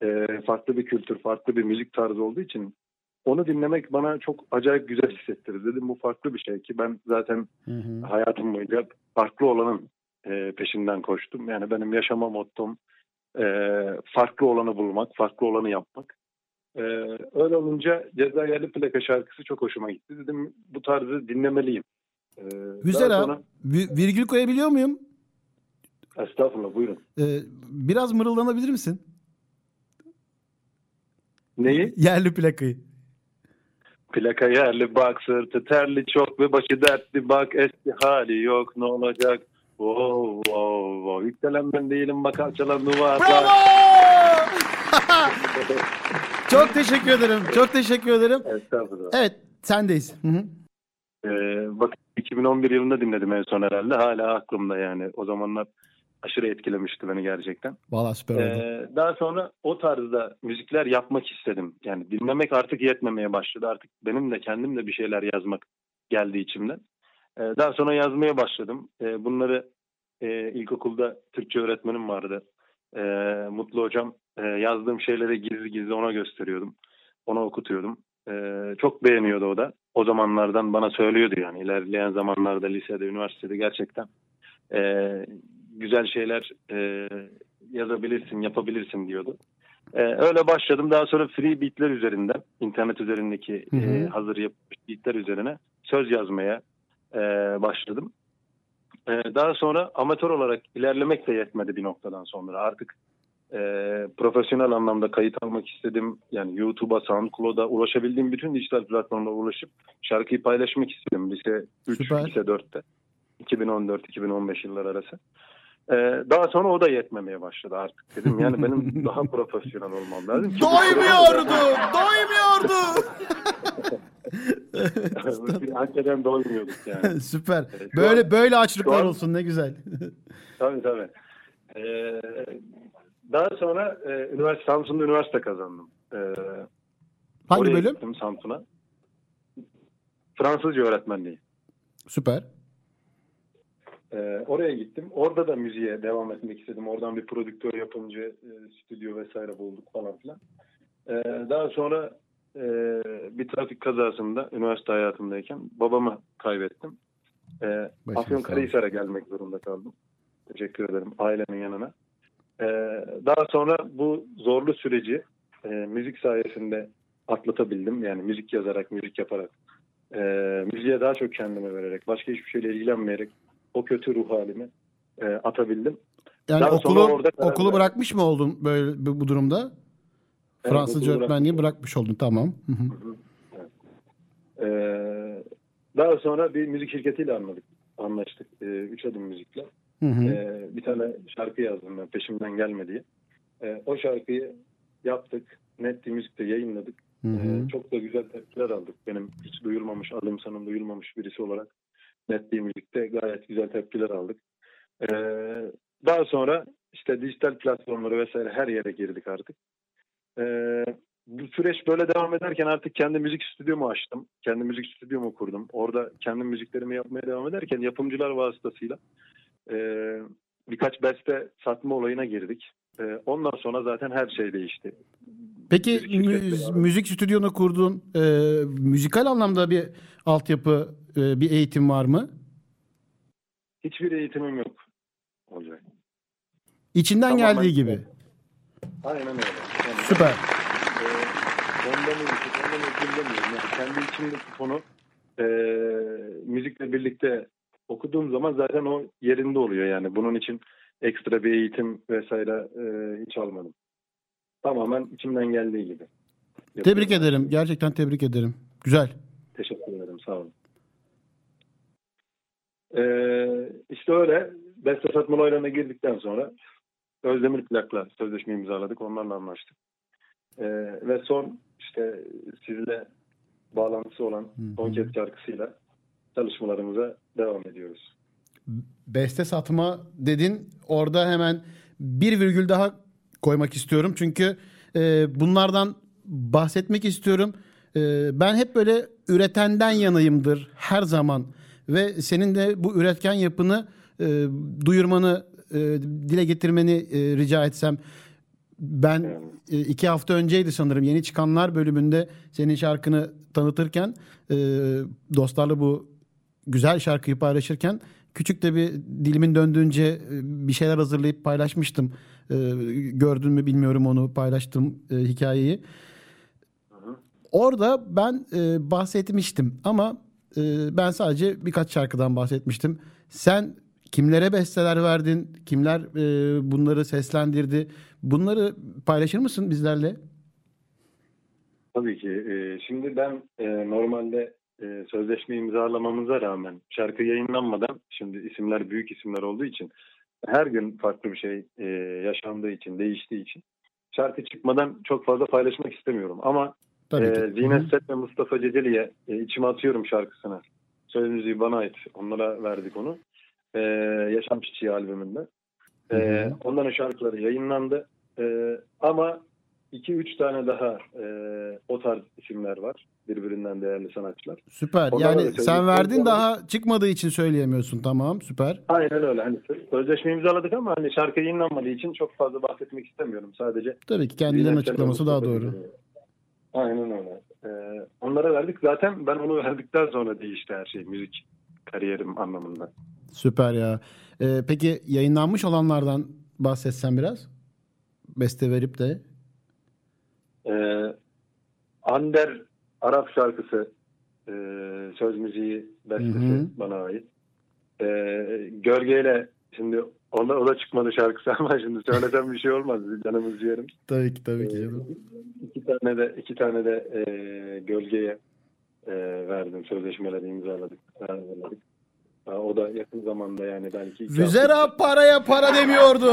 e, farklı bir kültür, farklı bir müzik tarzı olduğu için onu dinlemek bana çok acayip güzel hissettirdi. Dedim bu farklı bir şey ki ben zaten Hı hı. hayatım boyunca farklı olanın e, peşinden koştum. Yani benim yaşama mottom e, farklı olanı bulmak, farklı olanı yapmak. E, öyle olunca Ceza Yerli Plaka şarkısı çok hoşuma gitti. Dedim bu tarzı dinlemeliyim. E, Güzel daha ha. sonra- Vi- Virgül koyabiliyor muyum? Estağfurullah buyurun. Ee, biraz mırıldanabilir misin? Neyi? Yerli plakayı. Plaka yerli bak, sırtı terli çok ve başı dertli bak, eski hali yok, ne olacak? Wow, wow, wow. Yükselen ben değilim, bak alçalan duvarda. Bravo! Çok teşekkür ederim. Çok teşekkür ederim. Estağfurullah. Evet, sendeyiz. Hı hı. Ee, bak iki bin on bir yılında dinledim en son herhalde. Hala aklımda yani. O zamanlar aşırı etkilemişti beni gerçekten. Vallahi süper oldu. Ee, daha sonra o tarzda müzikler yapmak istedim. Yani dinlemek artık yetmemeye başladı. Artık benim de kendim de bir şeyler yazmak geldi içimden. Ee, daha sonra yazmaya başladım. Ee, bunları e, ilkokulda Türkçe öğretmenim vardı. Ee, Mutlu hocam. Ee, yazdığım şeyleri gizli gizli ona gösteriyordum. Ona okutuyordum. Ee, çok beğeniyordu o da. O zamanlardan bana söylüyordu yani. İlerleyen zamanlarda lisede, üniversitede gerçekten e, güzel şeyler e, yazabilirsin, yapabilirsin diyordu. E, öyle başladım. Daha sonra free beatler üzerinden, internet üzerindeki Hı hı. e, hazır yapılmış beatler üzerine söz yazmaya e, başladım. E, daha sonra amatör olarak ilerlemek de yetmedi bir noktadan sonra. Artık e, profesyonel anlamda kayıt almak istedim. Yani YouTube'a, SoundCloud'a ulaşabildiğim bütün dijital platformlara ulaşıp şarkıyı paylaşmak istedim. Lise üç, Süper. lise dörtte. iki bin on dört iki bin on beş yıllar arası. Ee, daha sonra o da yetmemeye başladı artık. Dedim yani benim daha profesyonel olmam lazım. ki bu Doymuyordu! Doymuyordu! sırada- Hakikaten doymuyorduk yani. Süper. Evet, şu Böyle an- böyle açlıklar şu an- olsun, ne güzel. Tabii tabii. Ee, daha sonra e, üniversite, Samsun'da üniversite kazandım. Ee, Hangi oraya bölüm? gittim Samsun'a. Fransızca öğretmenliği. Süper. Ee, oraya gittim. Orada da müziğe devam etmek istedim. Oradan bir prodüktör, yapımcı, e, stüdyo vesaire bulduk falan filan. Ee, daha sonra e, bir trafik kazasında üniversite hayatımdayken babamı kaybettim. Ee, Başınız Afyonkarahisar'a gelmek zorunda kaldım. Teşekkür ederim ailemin yanına. Ee, daha sonra bu zorlu süreci e, müzik sayesinde atlatabildim. Yani müzik yazarak, müzik yaparak, e, müziğe daha çok kendime vererek, başka hiçbir şeyle ilgilenmeyerek o kötü ruh halimi e, atabildim. Yani Daha sonra okulu orada karar okulu verdim. bırakmış mı oldun böyle bu, bu durumda? Evet, Fransızca okulu öğretmenliği bırakmış oldun, tamam. Hı hı. Ee, daha sonra bir müzik şirketiyle anladık, anlaştık. Ee, üç adım müzikle. Hı hı. Ee, bir tane şarkı yazdım ben, peşimden gelme diye. Ee, o şarkıyı yaptık. Net Müzik'te yayınladık. Hı hı. Ee, çok da güzel tepkiler aldık. Benim hiç duyulmamış, adım sanım duyulmamış birisi olarak Net Müzik'te gayet güzel tepkiler aldık. Ee, daha sonra işte dijital platformları vesaire her yere girdik artık. Ee, bu süreç böyle devam ederken artık kendi müzik stüdyomu açtım. Kendi müzik stüdyomu kurdum. Orada kendi müziklerimi yapmaya devam ederken yapımcılar vasıtasıyla e, birkaç beste satma olayına girdik. E, ondan sonra zaten her şey değişti. Peki Müzik şirketleri mü- aradım. müzik stüdyonu kurdun. E, müzikal anlamda bir altyapı, e, bir eğitim var mı? Hiçbir eğitimim yok. Olacak. İçinden Tamamen- geldiği gibi. Aynen öyle. Yani Süper. E, ondan önceki, ondan önceki demiyorum. Yani kendi içimdeki konu e, müzikle birlikte okuduğum zaman zaten o yerinde oluyor yani. Bunun için ekstra bir eğitim vesaire e, hiç almadım. Tamamen içimden geldiği gibi. Tebrik Yapıyorum. ederim. Gerçekten tebrik ederim. Güzel. Teşekkür ederim. Sağ olun. Ee, işte öyle. Beste satma olaylarına girdikten sonra Özdemir Plak'la sözleşme imzaladık. Onlarla anlaştık. Ee, ve son işte sizle bağlantısı olan Son Kez şarkısıyla çalışmalarımıza devam ediyoruz. Beste satma dedin. Orada hemen bir virgül daha koymak istiyorum. Çünkü e, bunlardan bahsetmek istiyorum. E, ben hep böyle üretenden yanayımdır her zaman. Ve senin de bu üretken yapını e, duyurmanı, e, dile getirmeni e, rica etsem. Ben e, iki hafta önceydi sanırım Yeni Çıkanlar bölümünde senin şarkını tanıtırken e, dostlarla bu güzel şarkıyı paylaşırken küçük de bir dilimin döndüğünce e, bir şeyler hazırlayıp paylaşmıştım. E, gördün mü bilmiyorum onu paylaştım e, hikayeyi. Orada ben e, bahsetmiştim ama e, ben sadece birkaç şarkıdan bahsetmiştim. Sen kimlere besteler verdin? Kimler e, bunları seslendirdi? Bunları paylaşır mısın bizlerle? Tabii ki. Ee, şimdi ben e, normalde e, sözleşme imzalamamıza rağmen şarkı yayınlanmadan, şimdi isimler büyük isimler olduğu için her gün farklı bir şey e, yaşandığı için, değiştiği için şarkı çıkmadan çok fazla paylaşmak istemiyorum. Ama e, Zinet Set ve Mustafa Ceceli'ye e, içime atıyorum şarkısını. Söz müziği bana ait. Onlara verdik onu. E, Yaşam Çiçeği albümünde. E, onların şarkıları yayınlandı. E, ama iki üç tane daha e, o tarz isimler var. Birbirinden değerli sanatçılar. Süper. Onlara yani da sen verdin söyleyeyim. daha çıkmadığı için söyleyemiyorsun. Tamam, süper. Aynen öyle. Hani sözleşme imzaladık ama hani şarkı yayınlanmadığı için çok fazla bahsetmek istemiyorum. Sadece tabii ki kendilerinin açıklaması daha doğru. Aynen öyle. Ee, onlara verdik. Zaten ben onu verdikten sonra değişti her şey. Müzik kariyerim anlamında. Süper ya. Ee, peki yayınlanmış olanlardan bahsetsen biraz. Beste verip de. Ee, Ander Arap şarkısı e, söz müziği bestesi Hı hı. bana ait. Ee, Gölgeyle şimdi o da, o da çıkmadı şarkısı ama şimdi söylesem bir şey olmaz. Canımız ciğerim. Tabii ki tabii ki canım. Ee, iki tane de iki tane de e, Gölge'ye e, verdim. Sözleşmeleri imzaladık. imzaladık. Ha, o da yakın zamanda yani belki. Vüzera hafta... paraya para demiyordu.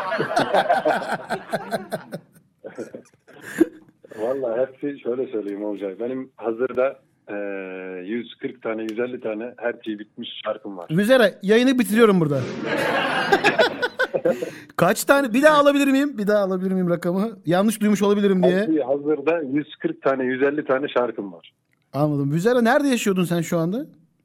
Vallahi hepsi şöyle söyleyeyim olacak. Benim hazırda e, yüz kırk tane yüz elli tane her şey bitmiş şarkım var. Vüzera yayını bitiriyorum burada. Kaç tane? Bir daha alabilir miyim? Bir daha alabilir miyim rakamı? Yanlış duymuş olabilirim diye. Hazırda yüz kırk tane yüz elli tane şarkım var. Anladım. Vüzera nerede yaşıyordun sen şu anda?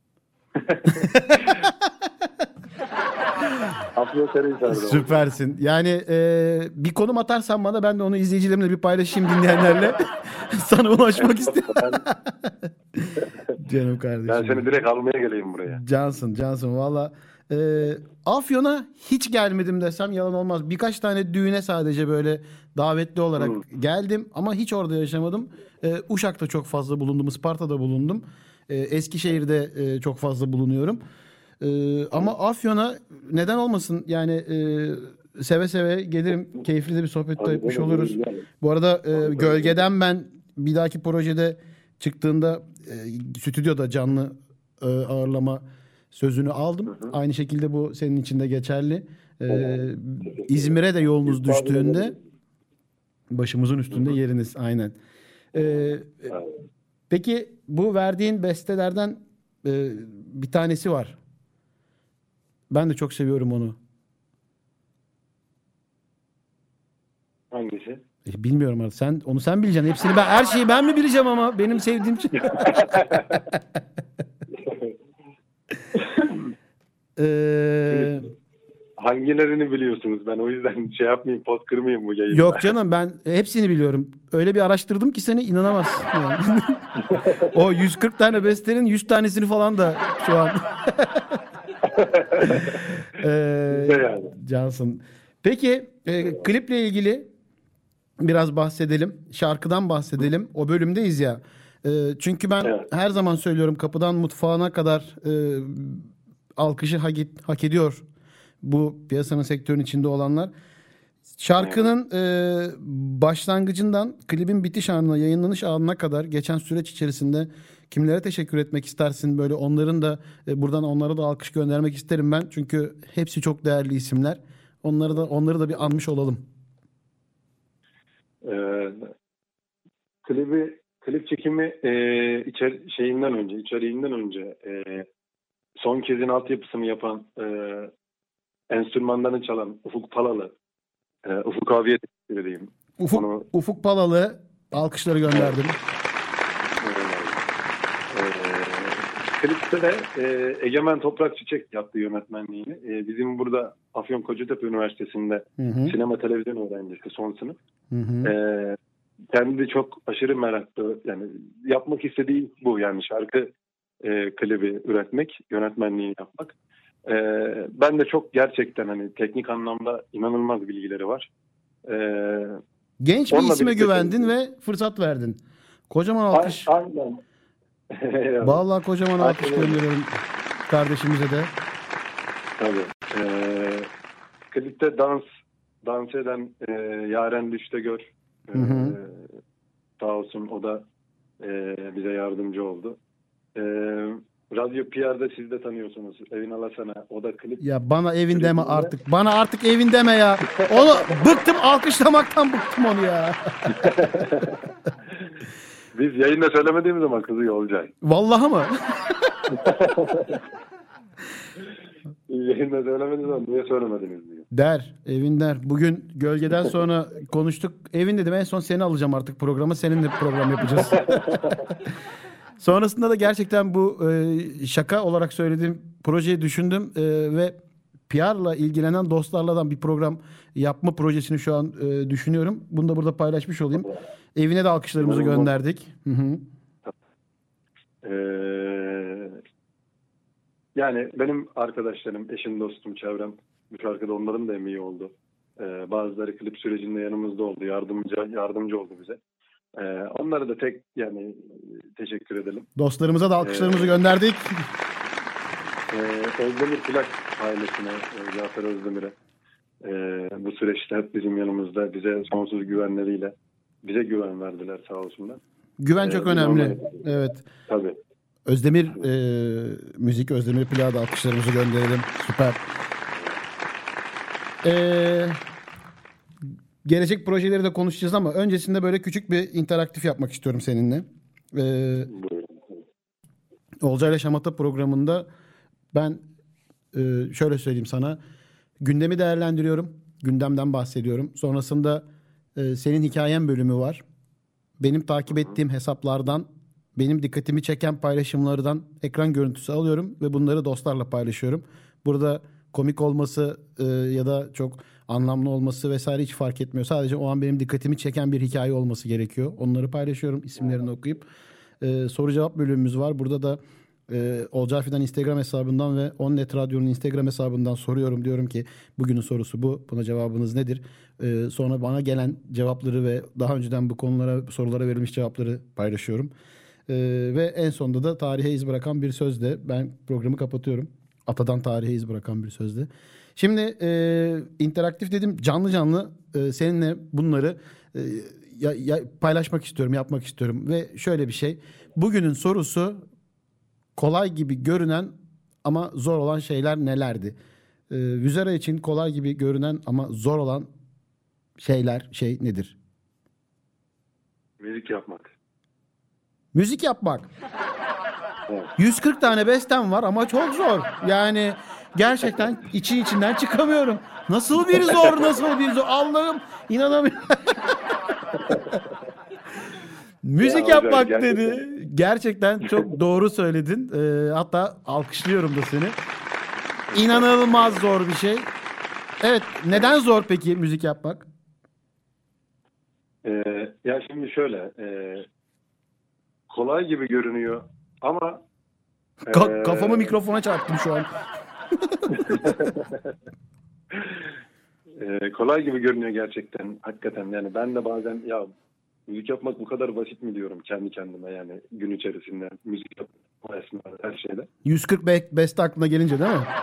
Süpersin. Yani e, bir konum atarsan bana ben de onu izleyicilerimle bir paylaşayım dinleyenlerle. Sana ulaşmak istiyorum. Canım kardeşim. Ben seni direkt almaya geleyim buraya. Cansın, cansın. Valla e, Afyon'a hiç gelmedim desem yalan olmaz. Birkaç tane düğüne sadece böyle davetli olarak hmm. geldim ama hiç orada yaşamadım. E, Uşak'ta çok fazla bulundum, Isparta'da bulundum. E, Eskişehir'de e, çok fazla bulunuyorum. Ee, ama Afyon'a neden olmasın yani e, seve seve gelirim, keyifli de bir sohbet etmiş oluruz. Bu arada e, Gölge'den ben bir dahaki projede çıktığında e, stüdyoda canlı e, ağırlama sözünü aldım. Aynı şekilde bu senin için de geçerli. E, İzmir'e de yolunuz düştüğünde başımızın üstünde yeriniz aynen. E, peki bu verdiğin bestelerden e, bir tanesi var. Ben de çok seviyorum onu. Hangisi? E, bilmiyorum artık. Sen onu sen bileceksin. Hepsini ben her şeyi ben mi bileceğim ama benim sevdiğim şey. ee... Hangilerini biliyorsunuz? Ben o yüzden şey yapmayayım, pot kırmayayım bu yayında. Yok canım ben hepsini biliyorum. Öyle bir araştırdım ki seni inanamazsın. Yani. O yüz kırk tane bestenin yüz tanesini falan da şu an. ee, yani. Cansın. Peki e, kliple ilgili biraz bahsedelim. Şarkıdan bahsedelim. O bölümdeyiz ya. E, çünkü ben evet. her zaman söylüyorum kapıdan mutfağına kadar e, alkışı hak, hak ediyor bu piyasanın, sektörün içinde olanlar. Şarkının e, başlangıcından klibin bitiş anına, yayınlanış anına kadar geçen süreç içerisinde kimlere teşekkür etmek istersin? Böyle onların da e, buradan onlara da alkış göndermek isterim ben. Çünkü hepsi çok değerli isimler. Onları da onları da bir anmış olalım. Ee, klibi klip çekimi e, içer şeyinden önce, içeriğinden önce e, son kezin altyapısını yapan e, enstrümanlarını çalan Ufuk Palalı, e, Ufuk abiye teşekkür edeyim. Ufuk, Onu, Ufuk Palalı alkışları gönderdim. klipte de e, Egemen Toprak Çiçek yaptı yönetmenliğini. E, bizim burada Afyonkarahisar Üniversitesi'nde Hı hı. sinema televizyon öğrencisi son sınıf. Hı hı. E, kendi çok aşırı meraklı, yani yapmak istediği bu, yani şarkı e, klibi üretmek, yönetmenliğini yapmak. E, ben de çok gerçekten hani teknik anlamda inanılmaz bilgileri var. E, Genç bir onunla isme birlikte güvendin ve fırsat verdin. Kocaman alkış. A- Aynen. Vallahi kocaman Aynen alkış öyle. gönderiyorum kardeşimize de. Tabii. E, klipte dans dans eden e, Yaren Düşte Gör. E, Hı hı. sağ olsun, o da e, bize yardımcı oldu. E, Radyo P R'de siz de tanıyorsunuz. Evin Alasana. O da klip. Ya bana evin deme klibinde- artık. Bana artık evin deme ya. Onu bıktım, alkışlamaktan bıktım onu ya. Biz yayında söylemediğimiz zaman kızıyor Olcay. Vallahi mı? Yayında söylemediğimiz zaman niye söylemediniz diyor. Der, evin der. Bugün gölgeden sonra konuştuk. Evin dedim, en son seni alacağım artık programa. Seninle program yapacağız. Sonrasında da gerçekten bu e, şaka olarak söylediğim projeyi düşündüm e, ve P R'la ilgilenen dostlarla bir program yapma projesini şu an e, düşünüyorum. Bunu da burada paylaşmış olayım. Evine de alkışlarımızı İnanılmaz. gönderdik. Hı hı. Ee, yani benim arkadaşlarım, eşim, dostum, çevrem bu şarkıda onların da emeği oldu. Ee, bazıları klip sürecinde yanımızda oldu. Yardımcı yardımcı oldu bize. Ee, onlara da tek yani teşekkür edelim. Dostlarımıza da alkışlarımızı Ee, gönderdik. Ee, Özdemir Plak ailesine, e, Cafer Özdemir'e e, bu süreçte hep bizim yanımızda, bize sonsuz güvenleriyle bize güven verdiler, sağ olsunlar. Güven Ee, çok biz önemli. onlara- Evet. Tabii. Özdemir e, müzik, Özdemir Plak'a da alkışlarımızı gönderelim. Süper. Ee, gelecek projeleri de konuşacağız ama öncesinde böyle küçük bir interaktif yapmak istiyorum seninle. Ee, Buyurun. Olcayla Şamata programında ben e, şöyle söyleyeyim sana. Gündemi değerlendiriyorum. Gündemden bahsediyorum. Sonrasında e, senin hikayen bölümü var. Benim takip ettiğim hesaplardan, benim dikkatimi çeken paylaşımlardan ekran görüntüsü alıyorum ve bunları dostlarla paylaşıyorum. Burada komik olması e, ya da çok anlamlı olması vesaire hiç fark etmiyor. Sadece o an benim dikkatimi çeken bir hikaye olması gerekiyor. Onları paylaşıyorum, isimlerini okuyup. E, soru cevap bölümümüz var. Burada da e, Olcay Fidan Instagram hesabından ve Onnet Radyo'nun Instagram hesabından soruyorum. Diyorum ki bugünün sorusu bu. Buna cevabınız nedir? E, sonra bana gelen cevapları ve daha önceden bu konulara, sorulara verilmiş cevapları paylaşıyorum. E, ve en sonunda da tarihe iz bırakan bir sözle ben programı kapatıyorum. Atadan tarihe iz bırakan bir sözle. Şimdi e, interaktif dedim, canlı canlı e, seninle bunları e, ya, ya, paylaşmak istiyorum, yapmak istiyorum. Ve şöyle bir şey. Bugünün sorusu kolay gibi görünen ama zor olan şeyler nelerdi? E, Vüzera için kolay gibi görünen ama zor olan şeyler şey nedir? Müzik yapmak. Müzik yapmak. Evet. yüz kırk tane bestem var ama çok zor. Yani gerçekten için içinden çıkamıyorum. Nasıl bir zor, nasıl bir zor. Allah'ım inanamıyorum. Müzik Ya yapmak hocam, dedi. gerçekten. Gerçekten çok doğru söyledin. Ee, hatta alkışlıyorum da seni. İnanılmaz zor bir şey. Evet, neden zor peki müzik yapmak? Ee, ya şimdi şöyle, e, kolay gibi görünüyor ama Ka- e, kafamı mikrofona çarptım şu an. e, kolay gibi görünüyor gerçekten, hakikaten. Yani ben de bazen ya müzik yapmak bu kadar basit mi diyorum kendi kendime, yani gün içerisinde müzik yapmak, her şeyde. yüz kırk be- beste aklına gelince değil mi?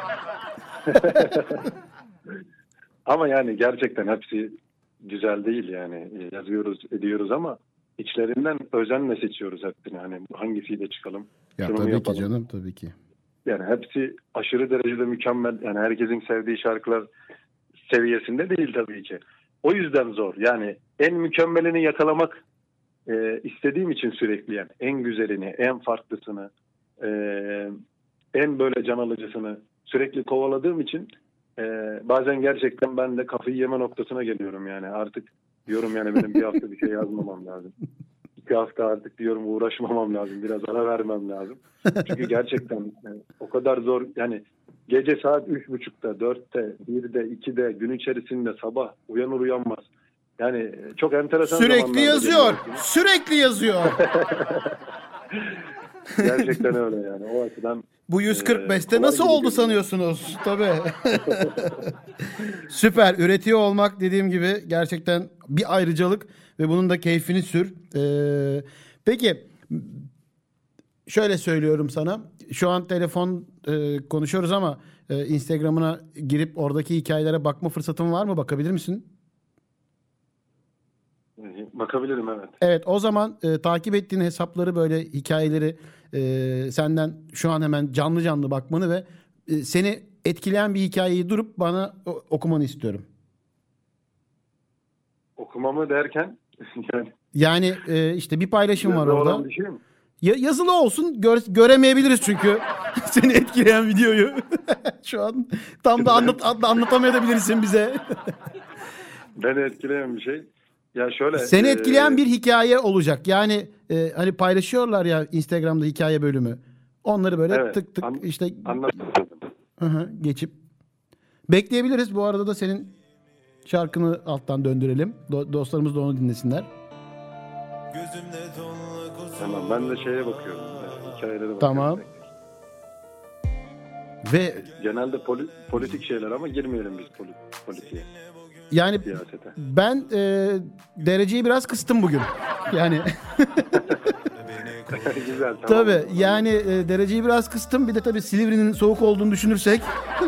Ama yani gerçekten hepsi güzel değil yani. Yazıyoruz, ediyoruz ama içlerinden özenle seçiyoruz hepsini. Hani hangisiyle çıkalım? Ya şunu mu tabii ki yapalım? canım, tabii ki. Yani hepsi aşırı derecede mükemmel. Yani herkesin sevdiği şarkılar seviyesinde değil tabii ki. O yüzden zor. Yani en mükemmelini yakalamak e, istediğim için sürekli, yani en güzelini, en farklısını, e, en böyle can alıcısını sürekli kovaladığım için e, bazen gerçekten ben de kafayı yeme noktasına geliyorum yani. Artık diyorum yani benim bir hafta bir şey yazmamam lazım. iki hafta artık diyorum uğraşmamam lazım. Biraz ara vermem lazım. Çünkü gerçekten yani, o kadar zor. Yani gece saat üç buçukta, dörtte, birde, ikide, gün içerisinde sabah uyanır uyanmaz. Yani çok enteresan Sürekli zamanlarda yazıyor. geliyor. Sürekli yazıyor. Gerçekten öyle yani. O açıdan Bu yüz kırk beşte kolay nasıl gibi oldu görünüyor. sanıyorsunuz? Tabii. Süper. Üretiyor olmak dediğim gibi gerçekten bir ayrıcalık ve bunun da keyfini sür. Ee, peki şöyle söylüyorum sana. Şu an telefon e, konuşuyoruz ama e, Instagram'ına girip oradaki hikayelere bakma fırsatın var mı? Bakabilir misin? Bakabilirim, evet. Evet, o zaman e, takip ettiğin hesapları, böyle hikayeleri e, senden şu an hemen canlı canlı bakmanı ve e, seni etkileyen bir hikayeyi durup bana o- okumanı istiyorum. Okumamı derken yani Yani e, işte bir paylaşım var yazılı olan orada. bir şey mi? Ya, yazılı olsun, gör- göremeyebiliriz çünkü seni etkileyen videoyu. Şu an tam da anlat, anlat anlatamayabilirsin bize. Beni etkileyen bir şey. Ya şöyle. Seni e, etkileyen bir hikaye olacak. Yani e, hani paylaşıyorlar ya Instagram'da hikaye bölümü. Onları böyle Evet, tık tık an- işte anladım. hı hı, geçip bekleyebiliriz. Bu arada da senin şarkını alttan döndürelim. Do- dostlarımız da onu dinlesinler. Tamam, ben de şeye bakıyorum. e, Hikayelere bakıyorum. Tamam. Ve Genelde poli- politik şeyler ama girmeyelim biz poli- politiğe, yani siyasete. ben e, dereceyi biraz kıstım bugün. Yani Güzel, tamam. tabii yani e, dereceyi biraz kıstım. Bir de tabii Silivri'nin soğuk olduğunu düşünürsek.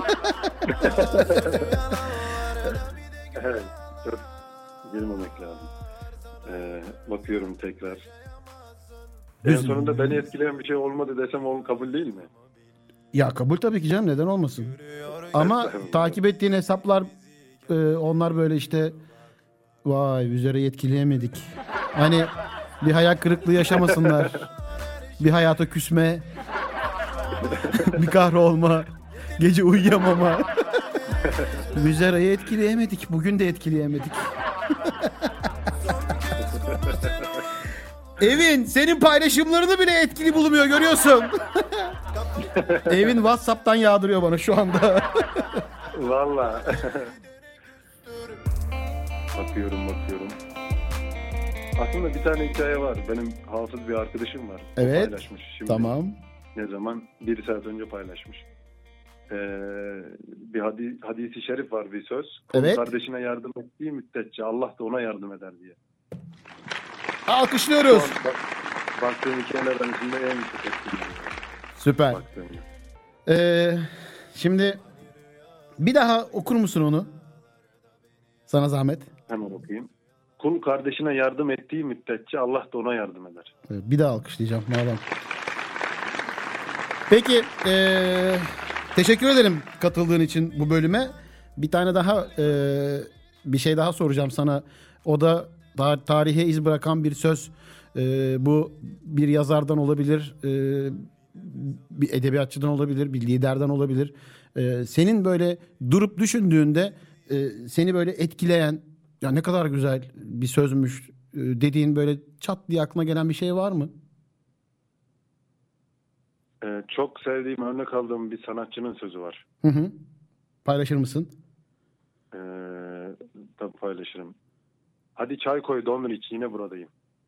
Evet, çok girmemek lazım. Ee, bakıyorum tekrar. En Düz- sonunda beni etkileyen bir şey olmadı desem onun kabul değil mi? Ya kabul tabii ki canım, neden olmasın. Ama takip ettiğin hesaplar e, onlar böyle işte vay üzere etkileyemedik. Hani bir hayal kırıklığı yaşamasınlar. Bir hayata küsme. Bir kahrolma. Gece uyuyamama. Müzera'yı etkileyemedik. Bugün de etkileyemedik. Evin senin paylaşımlarını bile etkili bulmuyor, görüyorsun. Evin WhatsApp'tan yağdırıyor bana şu anda. Valla. bakıyorum bakıyorum. Aslında bir tane hikaye var. Benim hafız bir arkadaşım var. O Evet. Paylaşmış. Şimdi Tamam. ne zaman? Bir saat önce paylaşmış. Ee, bir hadi, hadisi şerif var, bir söz. Kul Evet. kardeşine yardım ettiği müddetçe Allah da ona yardım eder diye. Alkışlıyoruz. Şu an bak, baktığım hikayelerden içinde en çok etkili. Süper. Baktığımda. Ee, şimdi bir daha okur musun onu? Sana zahmet. Hemen okuyayım. Kul kardeşine yardım ettiği müddetçe Allah da ona yardım eder. Evet, bir daha alkışlayacağım madem. Peki ee, teşekkür ederim katıldığın için bu bölüme. Bir tane daha ee, bir şey daha soracağım sana. O da ta- tarihe iz bırakan bir söz. Ee, bu bir yazardan olabilir, ee, bir edebiyatçıdan olabilir, bir liderden olabilir. Ee, senin böyle durup düşündüğünde ee, seni böyle etkileyen, ya ne kadar güzel bir sözmüş ee, dediğin böyle çat diye aklına gelen bir şey var mı? Ee, çok sevdiğim, örnek aldığım bir sanatçının sözü var. Hı hı. Paylaşır mısın? Ee, tabii paylaşırım. Hadi çay koy dondur iç, yine buradayım.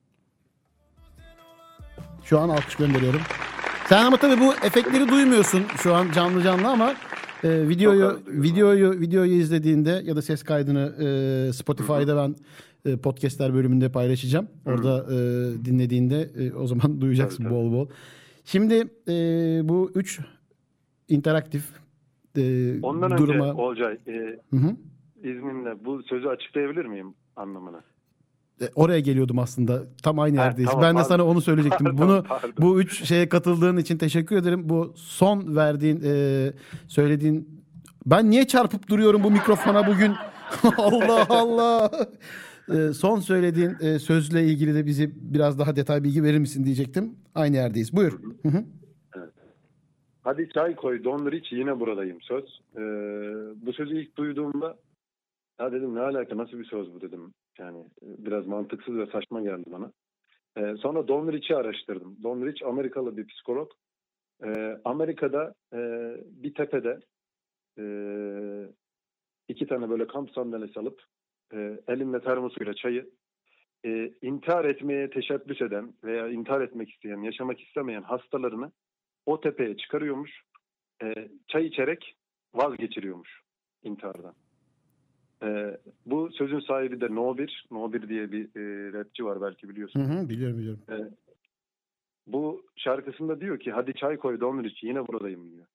Şu an alkış gönderiyorum. Sen ama tabii bu efektleri duymuyorsun şu an canlı canlı ama e, videoyu videoyu videoyu izlediğinde ya da ses kaydını e, Spotify'da ben e, podcastler bölümünde paylaşacağım. Orada e, dinlediğinde e, o zaman duyacaksın Tabii, tabii. bol bol. Şimdi e, bu üç interaktif e, Ondan duruma... önce Olcay, e, Hı hı. izninle bu sözü açıklayabilir miyim anlamını? E, Oraya geliyordum aslında. Tam aynı Ha, yerdeyiz. tamam, ben de pardon. sana onu söyleyecektim. Pardon, Bunu pardon. bu üç şeye katıldığın için teşekkür ederim. Bu son verdiğin, e, söylediğin, ben niye çarpıp duruyorum bu mikrofona bugün? Allah Allah. E, son söylediğin e, sözle ilgili de bizi biraz daha detay bilgi verir misin diyecektim. Aynı yerdeyiz. Buyur. Hı hı. Hadi çay koy dondur iç, yine buradayım söz. Ee, bu sözü ilk duyduğumda ya dedim ne alaka, nasıl bir söz bu dedim. Yani e, biraz mantıksız ve saçma geldi bana. E, sonra Don Rich'i araştırdım. Don Rich Amerikalı bir psikolog. E, Amerika'da e, bir tepede e, iki tane böyle kamp sandalyesi alıp e, elinde termosuyla çayı e, intihar etmeye teşebbüs eden veya intihar etmek isteyen, yaşamak istemeyen hastalarını o tepeye çıkarıyormuş. E, çay içerek vazgeçiriyormuş intihardan. E, bu sözün sahibi de No bir. No bir diye bir e, rapçi var, belki biliyorsun. Hı hı, biliyorum biliyorum. E, bu şarkısında diyor ki hadi çay koy Don Rich, yine buradayım diyor.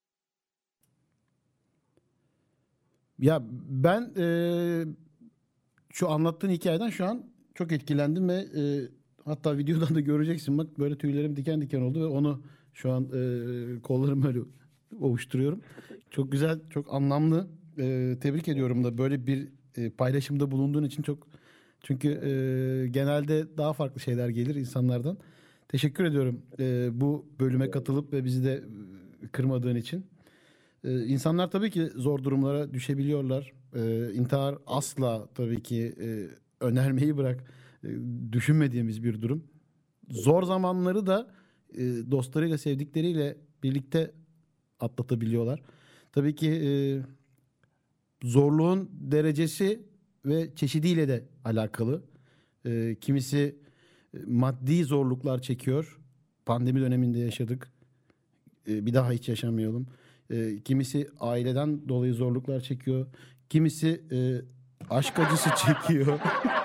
Ya ben e, şu anlattığın hikayeden şu an çok etkilendim ve e, hatta videodan da göreceksin, bak böyle tüylerim diken diken oldu ve onu şu an e, kollarımı öyle ovuşturuyorum. Çok güzel, çok anlamlı. E, tebrik ediyorum da böyle bir e, paylaşımda bulunduğun için. Çok çünkü e, genelde daha farklı şeyler gelir insanlardan. Teşekkür ediyorum e, bu bölüme katılıp ve bizi de e, kırmadığın için. Ee, insanlar tabii ki zor durumlara düşebiliyorlar. Ee, intihar asla tabii ki e, önermeyi bırak e, düşünmediğimiz bir durum. Zor zamanları da e, dostlarıyla, sevdikleriyle birlikte atlatabiliyorlar. Tabii ki e, zorluğun derecesi ve çeşidiyle de alakalı. E, kimisi e, maddi zorluklar çekiyor. Pandemi döneminde yaşadık. E, bir daha hiç yaşamayalım. E, kimisi aileden dolayı zorluklar çekiyor. Kimisi e, aşk acısı çekiyor.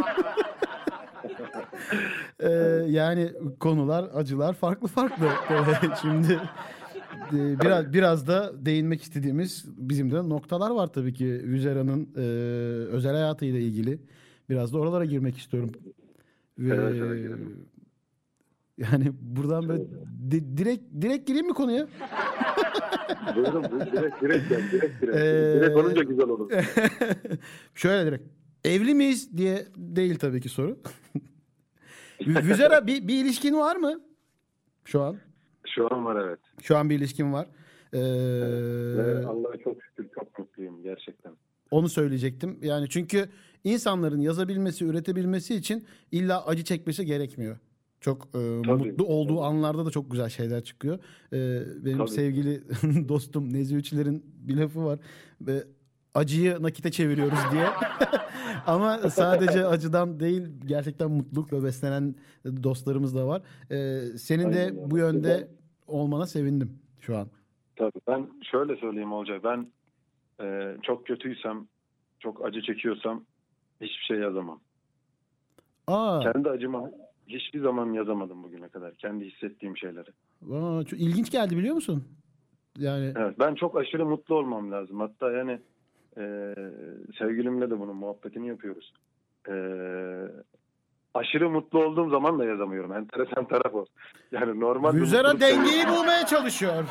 e, yani konular, acılar farklı farklı. Şimdi e, biraz biraz da değinmek istediğimiz bizim de noktalar var tabii ki. Yüzera'nın e, özel hayatıyla ilgili. Biraz da oralara girmek istiyorum. Ve, Evet, evet. yani buradan böyle di- direkt direkt gireyim mi konuya? Buyurun, buyurun, direkt direkt gel, direkt direkt. Ee, direkt olunca güzel olur. Şöyle direkt. Evli miyiz diye değil tabii ki soru. Yüzera bir, bir ilişkin var mı? Şu an. Şu an var, evet. Şu an bir ilişkin var. Ee, Ve Allah'a çok şükür çok mutluyum gerçekten. Onu söyleyecektim. Yani çünkü insanların yazabilmesi, üretebilmesi için illa acı çekmesi gerekmiyor. Çok e, mutlu olduğu anlarda da çok güzel şeyler çıkıyor. E, benim Tabii. sevgili dostum Nezi Üçler'in bir lafı var. Ve acıyı nakite çeviriyoruz diye. Ama sadece acıdan değil, gerçekten mutlulukla beslenen dostlarımız da var. E, senin de Aynen. bu yönde olmana sevindim şu an. Tabii, ben şöyle söyleyeyim Olcay. Ben e, çok kötüysem, çok acı çekiyorsam hiçbir şey yazamam. Aa. Kendi acımı hiçbir zaman yazamadım bugüne kadar. Kendi hissettiğim şeyleri. Aa, çok ilginç geldi, biliyor musun? Yani Evet, ben çok aşırı mutlu olmam lazım. Hatta yani e, sevgilimle de bunun muhabbetini yapıyoruz. E, aşırı mutlu olduğum zaman da yazamıyorum. Enteresan taraf o. Yani normal. Yüzera dengeyi bulmaya çalışıyor.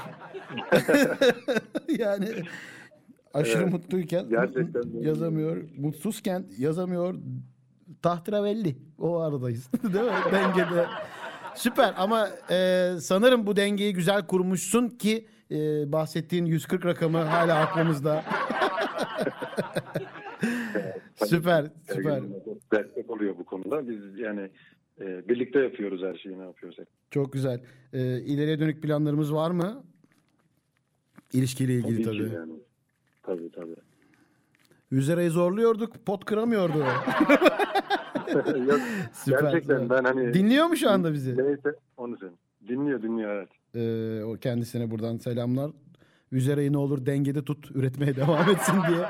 Yani aşırı Evet, mutluyken gerçekten yazamıyor. Mutsuzken yazamıyor. Tahtravelli. O aradayız. Değil mi? Dengede. Süper, ama e, sanırım bu dengeyi güzel kurmuşsun ki e, bahsettiğin yüz kırk rakamı hala aklımızda. Süper, süper. Destek oluyor bu konuda. Biz yani e, birlikte yapıyoruz her şeyi, ne yapıyorsak. Çok güzel. E, ileriye dönük planlarımız var mı? İlişkiyle ilgili Tabii ki tabii. yani. Tabii tabii. Yüzera'yı zorluyorduk, pot kıramıyordu. Yok, Süper, gerçekten süper. ben hani... Dinliyor mu şu anda bizi? Neyse, onu söyleyeyim. Dinliyor, dinliyor, evet. Ee, o kendisine buradan selamlar. Yüzera'yı ne olur dengede tut, üretmeye devam etsin diye.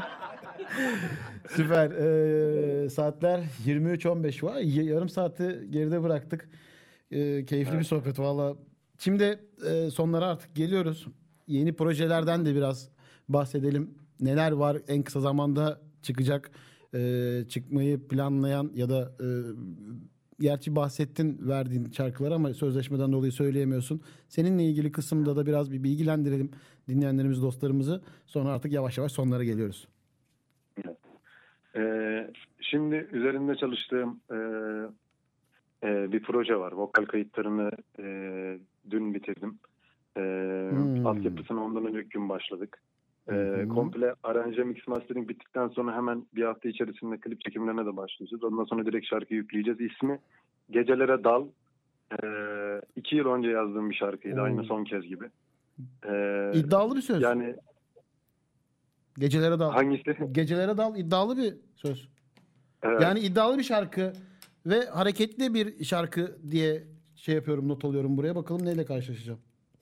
Süper. Ee, saatler yirmi üç on beş var. Yarım saati geride bıraktık. Ee, keyifli evet. bir sohbet valla. Şimdi e, sonlara artık geliyoruz. Yeni projelerden de biraz bahsedelim. Neler var en kısa zamanda çıkacak, e, çıkmayı planlayan ya da e, gerçi bahsettin verdiğin şarkılar ama sözleşmeden dolayı söyleyemiyorsun. Seninle ilgili kısımda da biraz bir bilgilendirelim dinleyenlerimizi, dostlarımızı. Sonra artık yavaş yavaş sonlara geliyoruz. Evet. Ee, şimdi üzerinde çalıştığım e, e, bir proje var. Vokal kayıtlarını e, dün bitirdim. E, hmm. Altyapısına ondan önceki gün başladık. E, komple aranje, mix, mastering bittikten sonra hemen bir hafta içerisinde klip çekimlerine de başlayacağız. Ondan sonra direkt şarkı yükleyeceğiz. İsmi Gecelere Dal. Ee, iki yıl önce yazdığım bir şarkıydı. Oo. Aynı son kez gibi. Ee, İddialı bir söz. Yani Gecelere dal. hangisi? Gecelere dal iddialı bir söz. Evet. Yani iddialı bir şarkı ve hareketli bir şarkı diye şey yapıyorum, not alıyorum buraya. Bakalım neyle karşılaşacağım.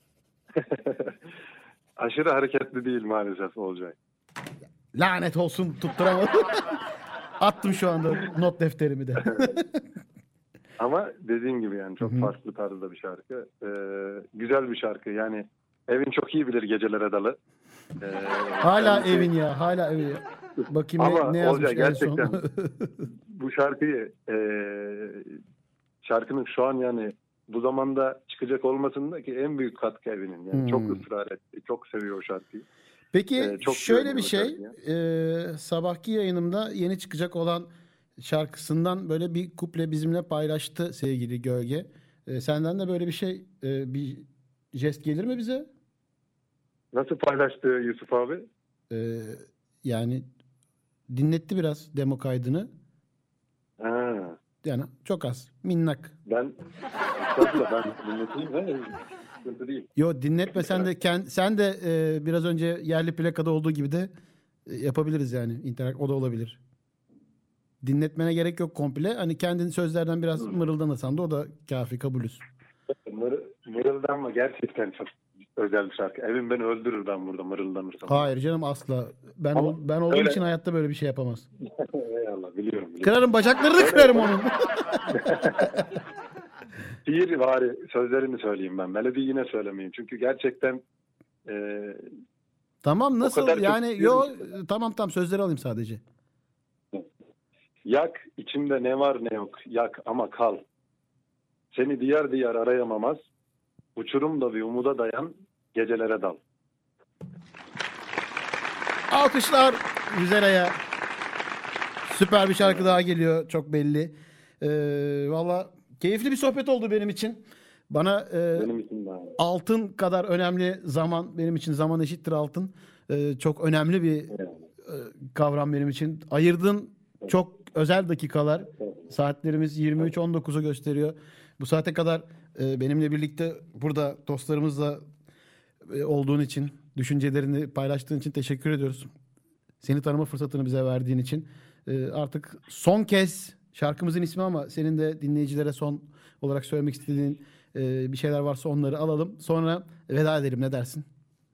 Aşırı hareketli değil maalesef Olcay. Lanet olsun, tutturamadım. Attım şu anda not defterimi de. Ama dediğin gibi yani çok Hı hı. farklı tarzda bir şarkı. Ee, güzel bir şarkı. Yani Evin çok iyi bilir Gecelere Dalı. Ee, Hala kendisi- evin ya, hala evin ya. Bakayım Ama ne, ne yazmış Olcay en son. gerçekten bu şarkıyı e, şarkının şu an yani bu zamanda çıkacak olmasındaki en büyük katkı Evin'in. Yani Hmm. çok ısrar etti. Çok seviyor o şarkıyı. Peki Ee, çok şöyle güzel bir bir şey, şarkı e, sabahki yayınımda yeni çıkacak olan şarkısından böyle bir kuple bizimle paylaştı sevgili Gölge. E, senden de böyle bir şey, e, bir jest gelir mi bize? Nasıl paylaştı Yusuf abi? E, yani dinletti biraz demo kaydını. Ha, Yani çok az, minnak. ben estağfurullah ben dinleteyim. He, sıkıntı değil. Yo, dinletmesen de kend, sen de e, biraz önce yerli plakada olduğu gibi de e, yapabiliriz yani. İnterak o da olabilir. Dinletmene gerek yok komple. Hani kendin sözlerden biraz mırıldanırsan da o da kafi, kabulüz. Mır, mırıldanma gerçekten çok özel bir şarkı. Evin beni öldürür ben burada mırıldanırsam. Hayır canım, asla. Ben Ama ol- ben olduğum öyle- için hayatta böyle bir şey yapamaz. Eyvallah biliyorum. biliyorum. Kırarım bacaklarını, kırarım onun. Şiir bari sözlerini söyleyeyim ben. Melodiyi yine söylemeyeyim. Çünkü gerçekten e, Tamam, nasıl kadar çok yani? istiyorum Yo, tamam tamam, sözleri alayım sadece. yak içimde ne var ne yok yak ama kal. Seni diyar diyar arayamamaz. Uçurumda bir umuda dayan gecelere dal. Alkışlar Güzelay'a. Süper bir şarkı daha geliyor, çok belli. Ee, Valla keyifli bir sohbet oldu benim için. Bana e, Benim için de. altın kadar önemli zaman, benim için zaman eşittir altın. Ee, çok önemli bir e, kavram benim için. Ayırdığın çok özel dakikalar. Saatlerimiz yirmi üç on dokuzu gösteriyor. Bu saate kadar e, benimle birlikte burada dostlarımızla e, olduğun için, düşüncelerini paylaştığın için teşekkür ediyoruz. Seni tanıma fırsatını bize verdiğin için. E, artık son kez şarkımızın ismi ama senin de dinleyicilere son olarak söylemek istediğin e, bir şeyler varsa onları alalım. Sonra veda edelim, ne dersin?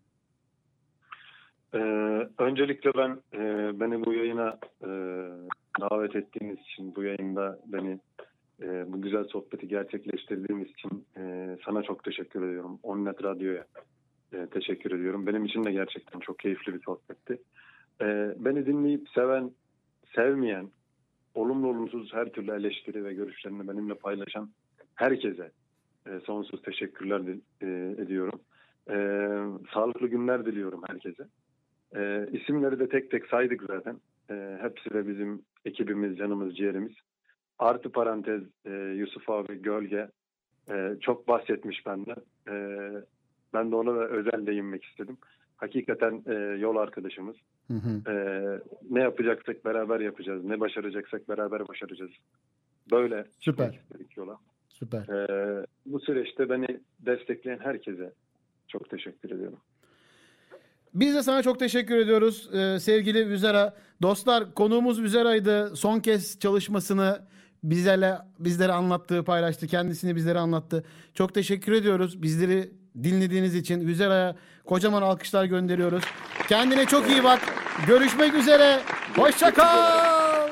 Ee, öncelikle ben e, beni bu yayına e, davet ettiğiniz için, bu yayında beni e, bu güzel sohbeti gerçekleştirdiğimiz için e, sana çok teşekkür ediyorum. Onnet Radyo'ya e, teşekkür ediyorum. Benim için de gerçekten çok keyifli bir sohbetti. E, beni dinleyip seven, sevmeyen, olumlu olumsuz her türlü eleştiri ve görüşlerini benimle paylaşan herkese e, sonsuz teşekkürler di- e, ediyorum. E, sağlıklı günler diliyorum herkese. E, isimleri de tek tek saydık zaten. E, hepsi de bizim ekibimiz, canımız, ciğerimiz. Artı parantez e, Yusuf abi, Gölge e, çok bahsetmiş benden. E, ben de ona da özel değinmek istedim. Hakikaten e, yol arkadaşımız. Hı hı. E, ne yapacaksak beraber yapacağız. Ne başaracaksak beraber başaracağız. Böyle Süper. çıkmak istedik yola. Süper. E, bu süreçte beni destekleyen herkese çok teşekkür ediyorum. Biz de sana çok teşekkür ediyoruz ee, sevgili Vüzera. Dostlar, konuğumuz Vüzera'ydı. Son kez çalışmasını bizlerle bizlere anlattı, paylaştı. Kendisini bizlere anlattı. Çok teşekkür ediyoruz bizleri dinlediğiniz için. Vüzera'ya kocaman alkışlar gönderiyoruz. Kendine çok iyi bak. Görüşmek üzere. Hoşça kal.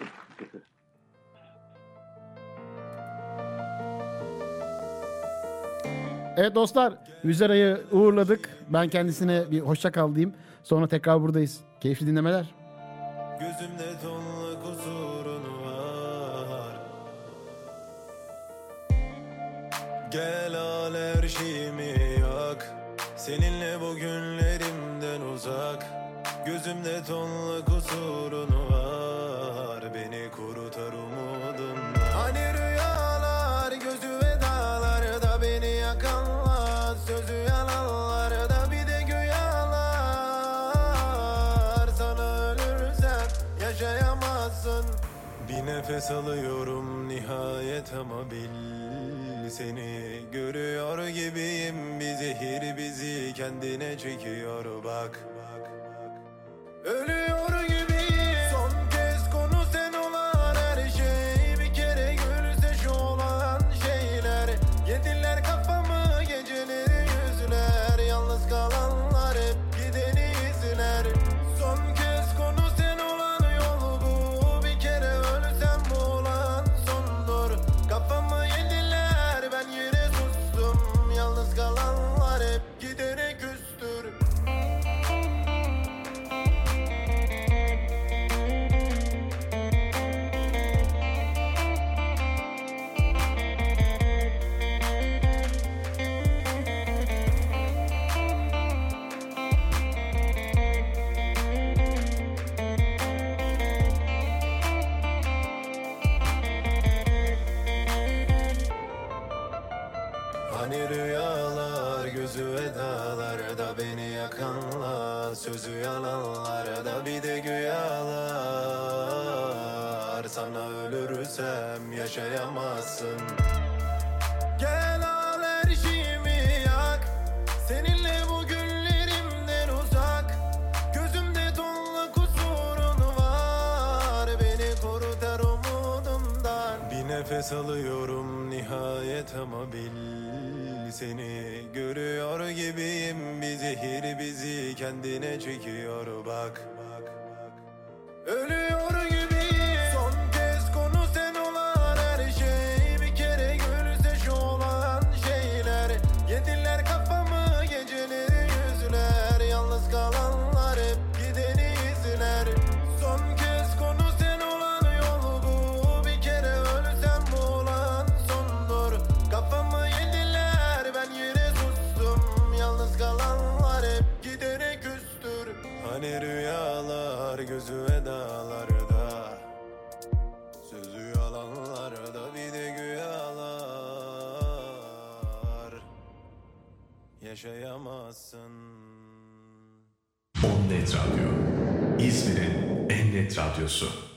Evet dostlar, Vüzera'yı uğurladık. Ben kendisine bir hoşça kal diyeyim. Sonra tekrar buradayız. Keyifli dinlemeler. Gözümde tonla kusurun var. Gel al her şeyimi yak. Seninle bugünlerimden uzak. Gözümde tonla kusurun var. Beni kurutar umudum. Hani rüyalar gözü ve dağlarda beni yakanlar. Sözü yalanlarda bir de güyalar. Sana ölürsem yaşayamazsın. Bir nefes alıyorum nihayet ama bil seni görüyor gibiyim, bir zehir bizi kendine çekiyor bak. Ölüyor gibiyim, son kez konu sen olan her şey, bir kere gülse şu olan şeyler, yediler kafamı geceleri yüzler, yalnız kalanlar hep gideni izler. Son kez konu sen olan yol bu, bir kere ölsem bu olan sondur. Kafamı yediler ben yine sustum, yalnız kalanlar hep gidene küstür. Hani rüyalar gözü edalarda, beni yakanlar sözü yalanlarda, bir de güyalar. Sana ölürsem yaşayamazsın. Gel al her şeyimi yak, seninle bu günlerimden uzak. Gözümde tonla kusurun var, beni kurutar umudumdan. Bir nefes alıyorum nihayet ama bil seni görüyor gibiyim, bir zehir bizi kendine çekiyor bak. Ölüyor gibiyim, son kez konu sen olan her şey, bir kere gülse şu olan şeyler, yediler kafamı geceleri yüzler, yalnız kalanlar hep gideni izler. Son kez konu sen olan yol bu, bir kere ölsem bu olan sondur. Kafamı yediler ben yine sustum, yalnız kalanlar hep gidene küstür. Hani rüyalar gözü edalarda, sözü yalanlarda, bir de güyalar. Yaşayamazsın. On Net Radyo, İzmir'in en net radyosu.